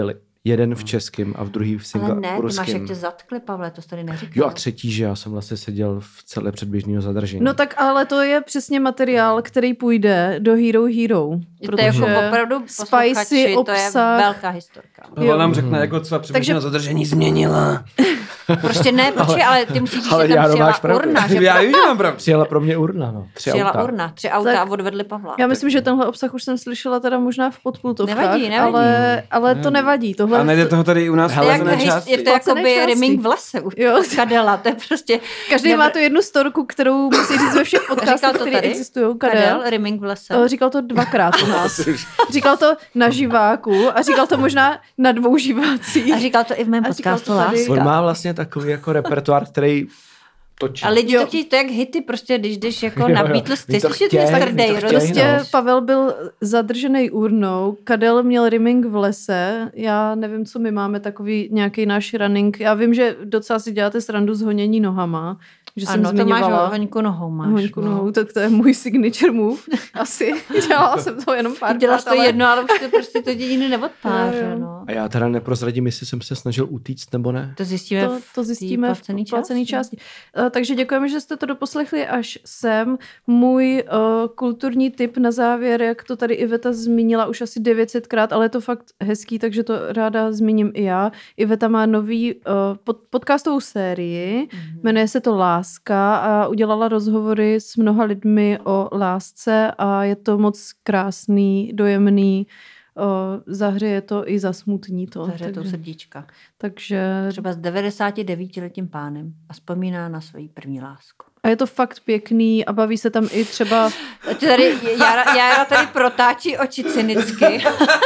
Jeden v českém a v druhý v Ale ne, ty máš, jak singapurském. tě zatkli, Pavle, to jsi tady neříkal. Jo a třetí, že já jsem vlastně seděl v celé předběžného zadržení. No tak ale to je přesně materiál, který půjde do Hero Hero. To je jako opravdu spicy to je obsah. velká historka. Pavel nám řekne, jako třeba předběžného zadržení změnila. Prostě ne, počkej, ale ty musíš říct, ale že tam Jaro, máš přijela pravdu. urna. Že Já vím, že mám pravdu. Přijela pro mě urna, no. 3 přijela auta. urna, 3 auta Tak a odvedli Pavla. Já myslím, že tenhle obsah už jsem slyšela teda možná v podplutovkách. Nevadí. Ale to nevadí. Tohle A najde toho tady u nás v To je placené jak části. je to jako Placené by části. Rimming v lese u Jo. Kadela, to je prostě... každý má tu jednu storku, kterou musí říct ve všech Říkal podcastech, to které tady? existují. Kadel, Rimming v lese. Říkal to 2krát u nás. Říkal to na živáku a říkal to možná na 2 živácích. A říkal to i v mém A říkal podcastu to tady. Láska. On má vlastně takový jako repertoár, který točí. A lidi Jo. to chtějí, to jak hity, prostě když jdeš jako Jo, na jo. Beatles, Oni ty to jsi chtějí, Mr. oni to Day, chtějí, Prostě no. Pavel byl zadržený urnou, Kadel měl rimming v lese, já nevím, co my máme, takový nějaký náš running. Já vím, že docela si děláte srandu z honění nohama, že jsem Ano, to máš zmiňovala. hoňku nohou, máš. Hoňku no. nohou, tak to je můj signature move. Asi. Dělala jsem to jenom pár Děláš to jedno, ale už to prostě to dědiny neodpáře, Jo. no. A já teda neprozradím, jestli jsem se snažil utíct nebo ne. To zjistíme To zjistíme v placený placené části. Takže děkujeme, že jste to doposlechli až sem. Můj kulturní tip na závěr, jak to tady Iveta zmínila už asi 900krát, ale je to fakt hezký, takže to ráda zmíním i já. Iveta má nový podcastovou sérii, jmenuje se to Láska a udělala rozhovory s mnoha lidmi o lásce a je to moc krásný, dojemný, zahřeje to i zasmutní to. Zahřeje to srdíčka. Takže Třeba s 99letým pánem a vzpomíná na svoji první lásku. a je to fakt pěkný a baví se tam i třeba... Tady, Jára tady protáčí oči cynicky.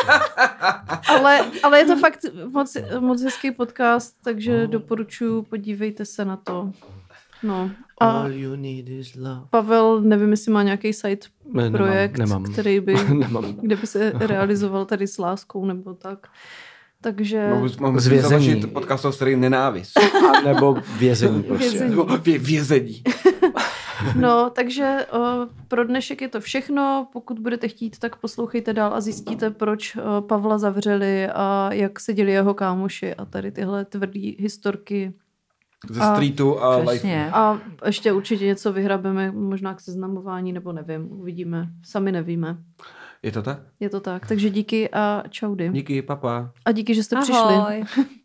ale je to fakt moc hezký podcast, takže doporučuji, podívejte se na to. No. A All you need is love. Pavel, nevím, jestli má nějaký side projekt, nemám. který by, Nemám. kde by se realizoval tady s láskou nebo tak. Takže... Mohu Z vězení. založit podcastovou sérii Nenávist. A nebo vězení prostě. Vězení. Nebo vězení. No, takže pro dnešek je to všechno. Pokud budete chtít, tak poslouchejte dál a zjistíte, proč Pavla zavřeli a jak se děli jeho kámoši a tady tyhle tvrdý historky. Ze streetu a life. Přesně. A ještě určitě něco vyhrabeme, možná k seznamování, nebo nevím, uvidíme. Sami nevíme. Je to tak? Je to tak. Takže díky a čaudy. Díky, papa. A díky, že jste přišli. Ahoj.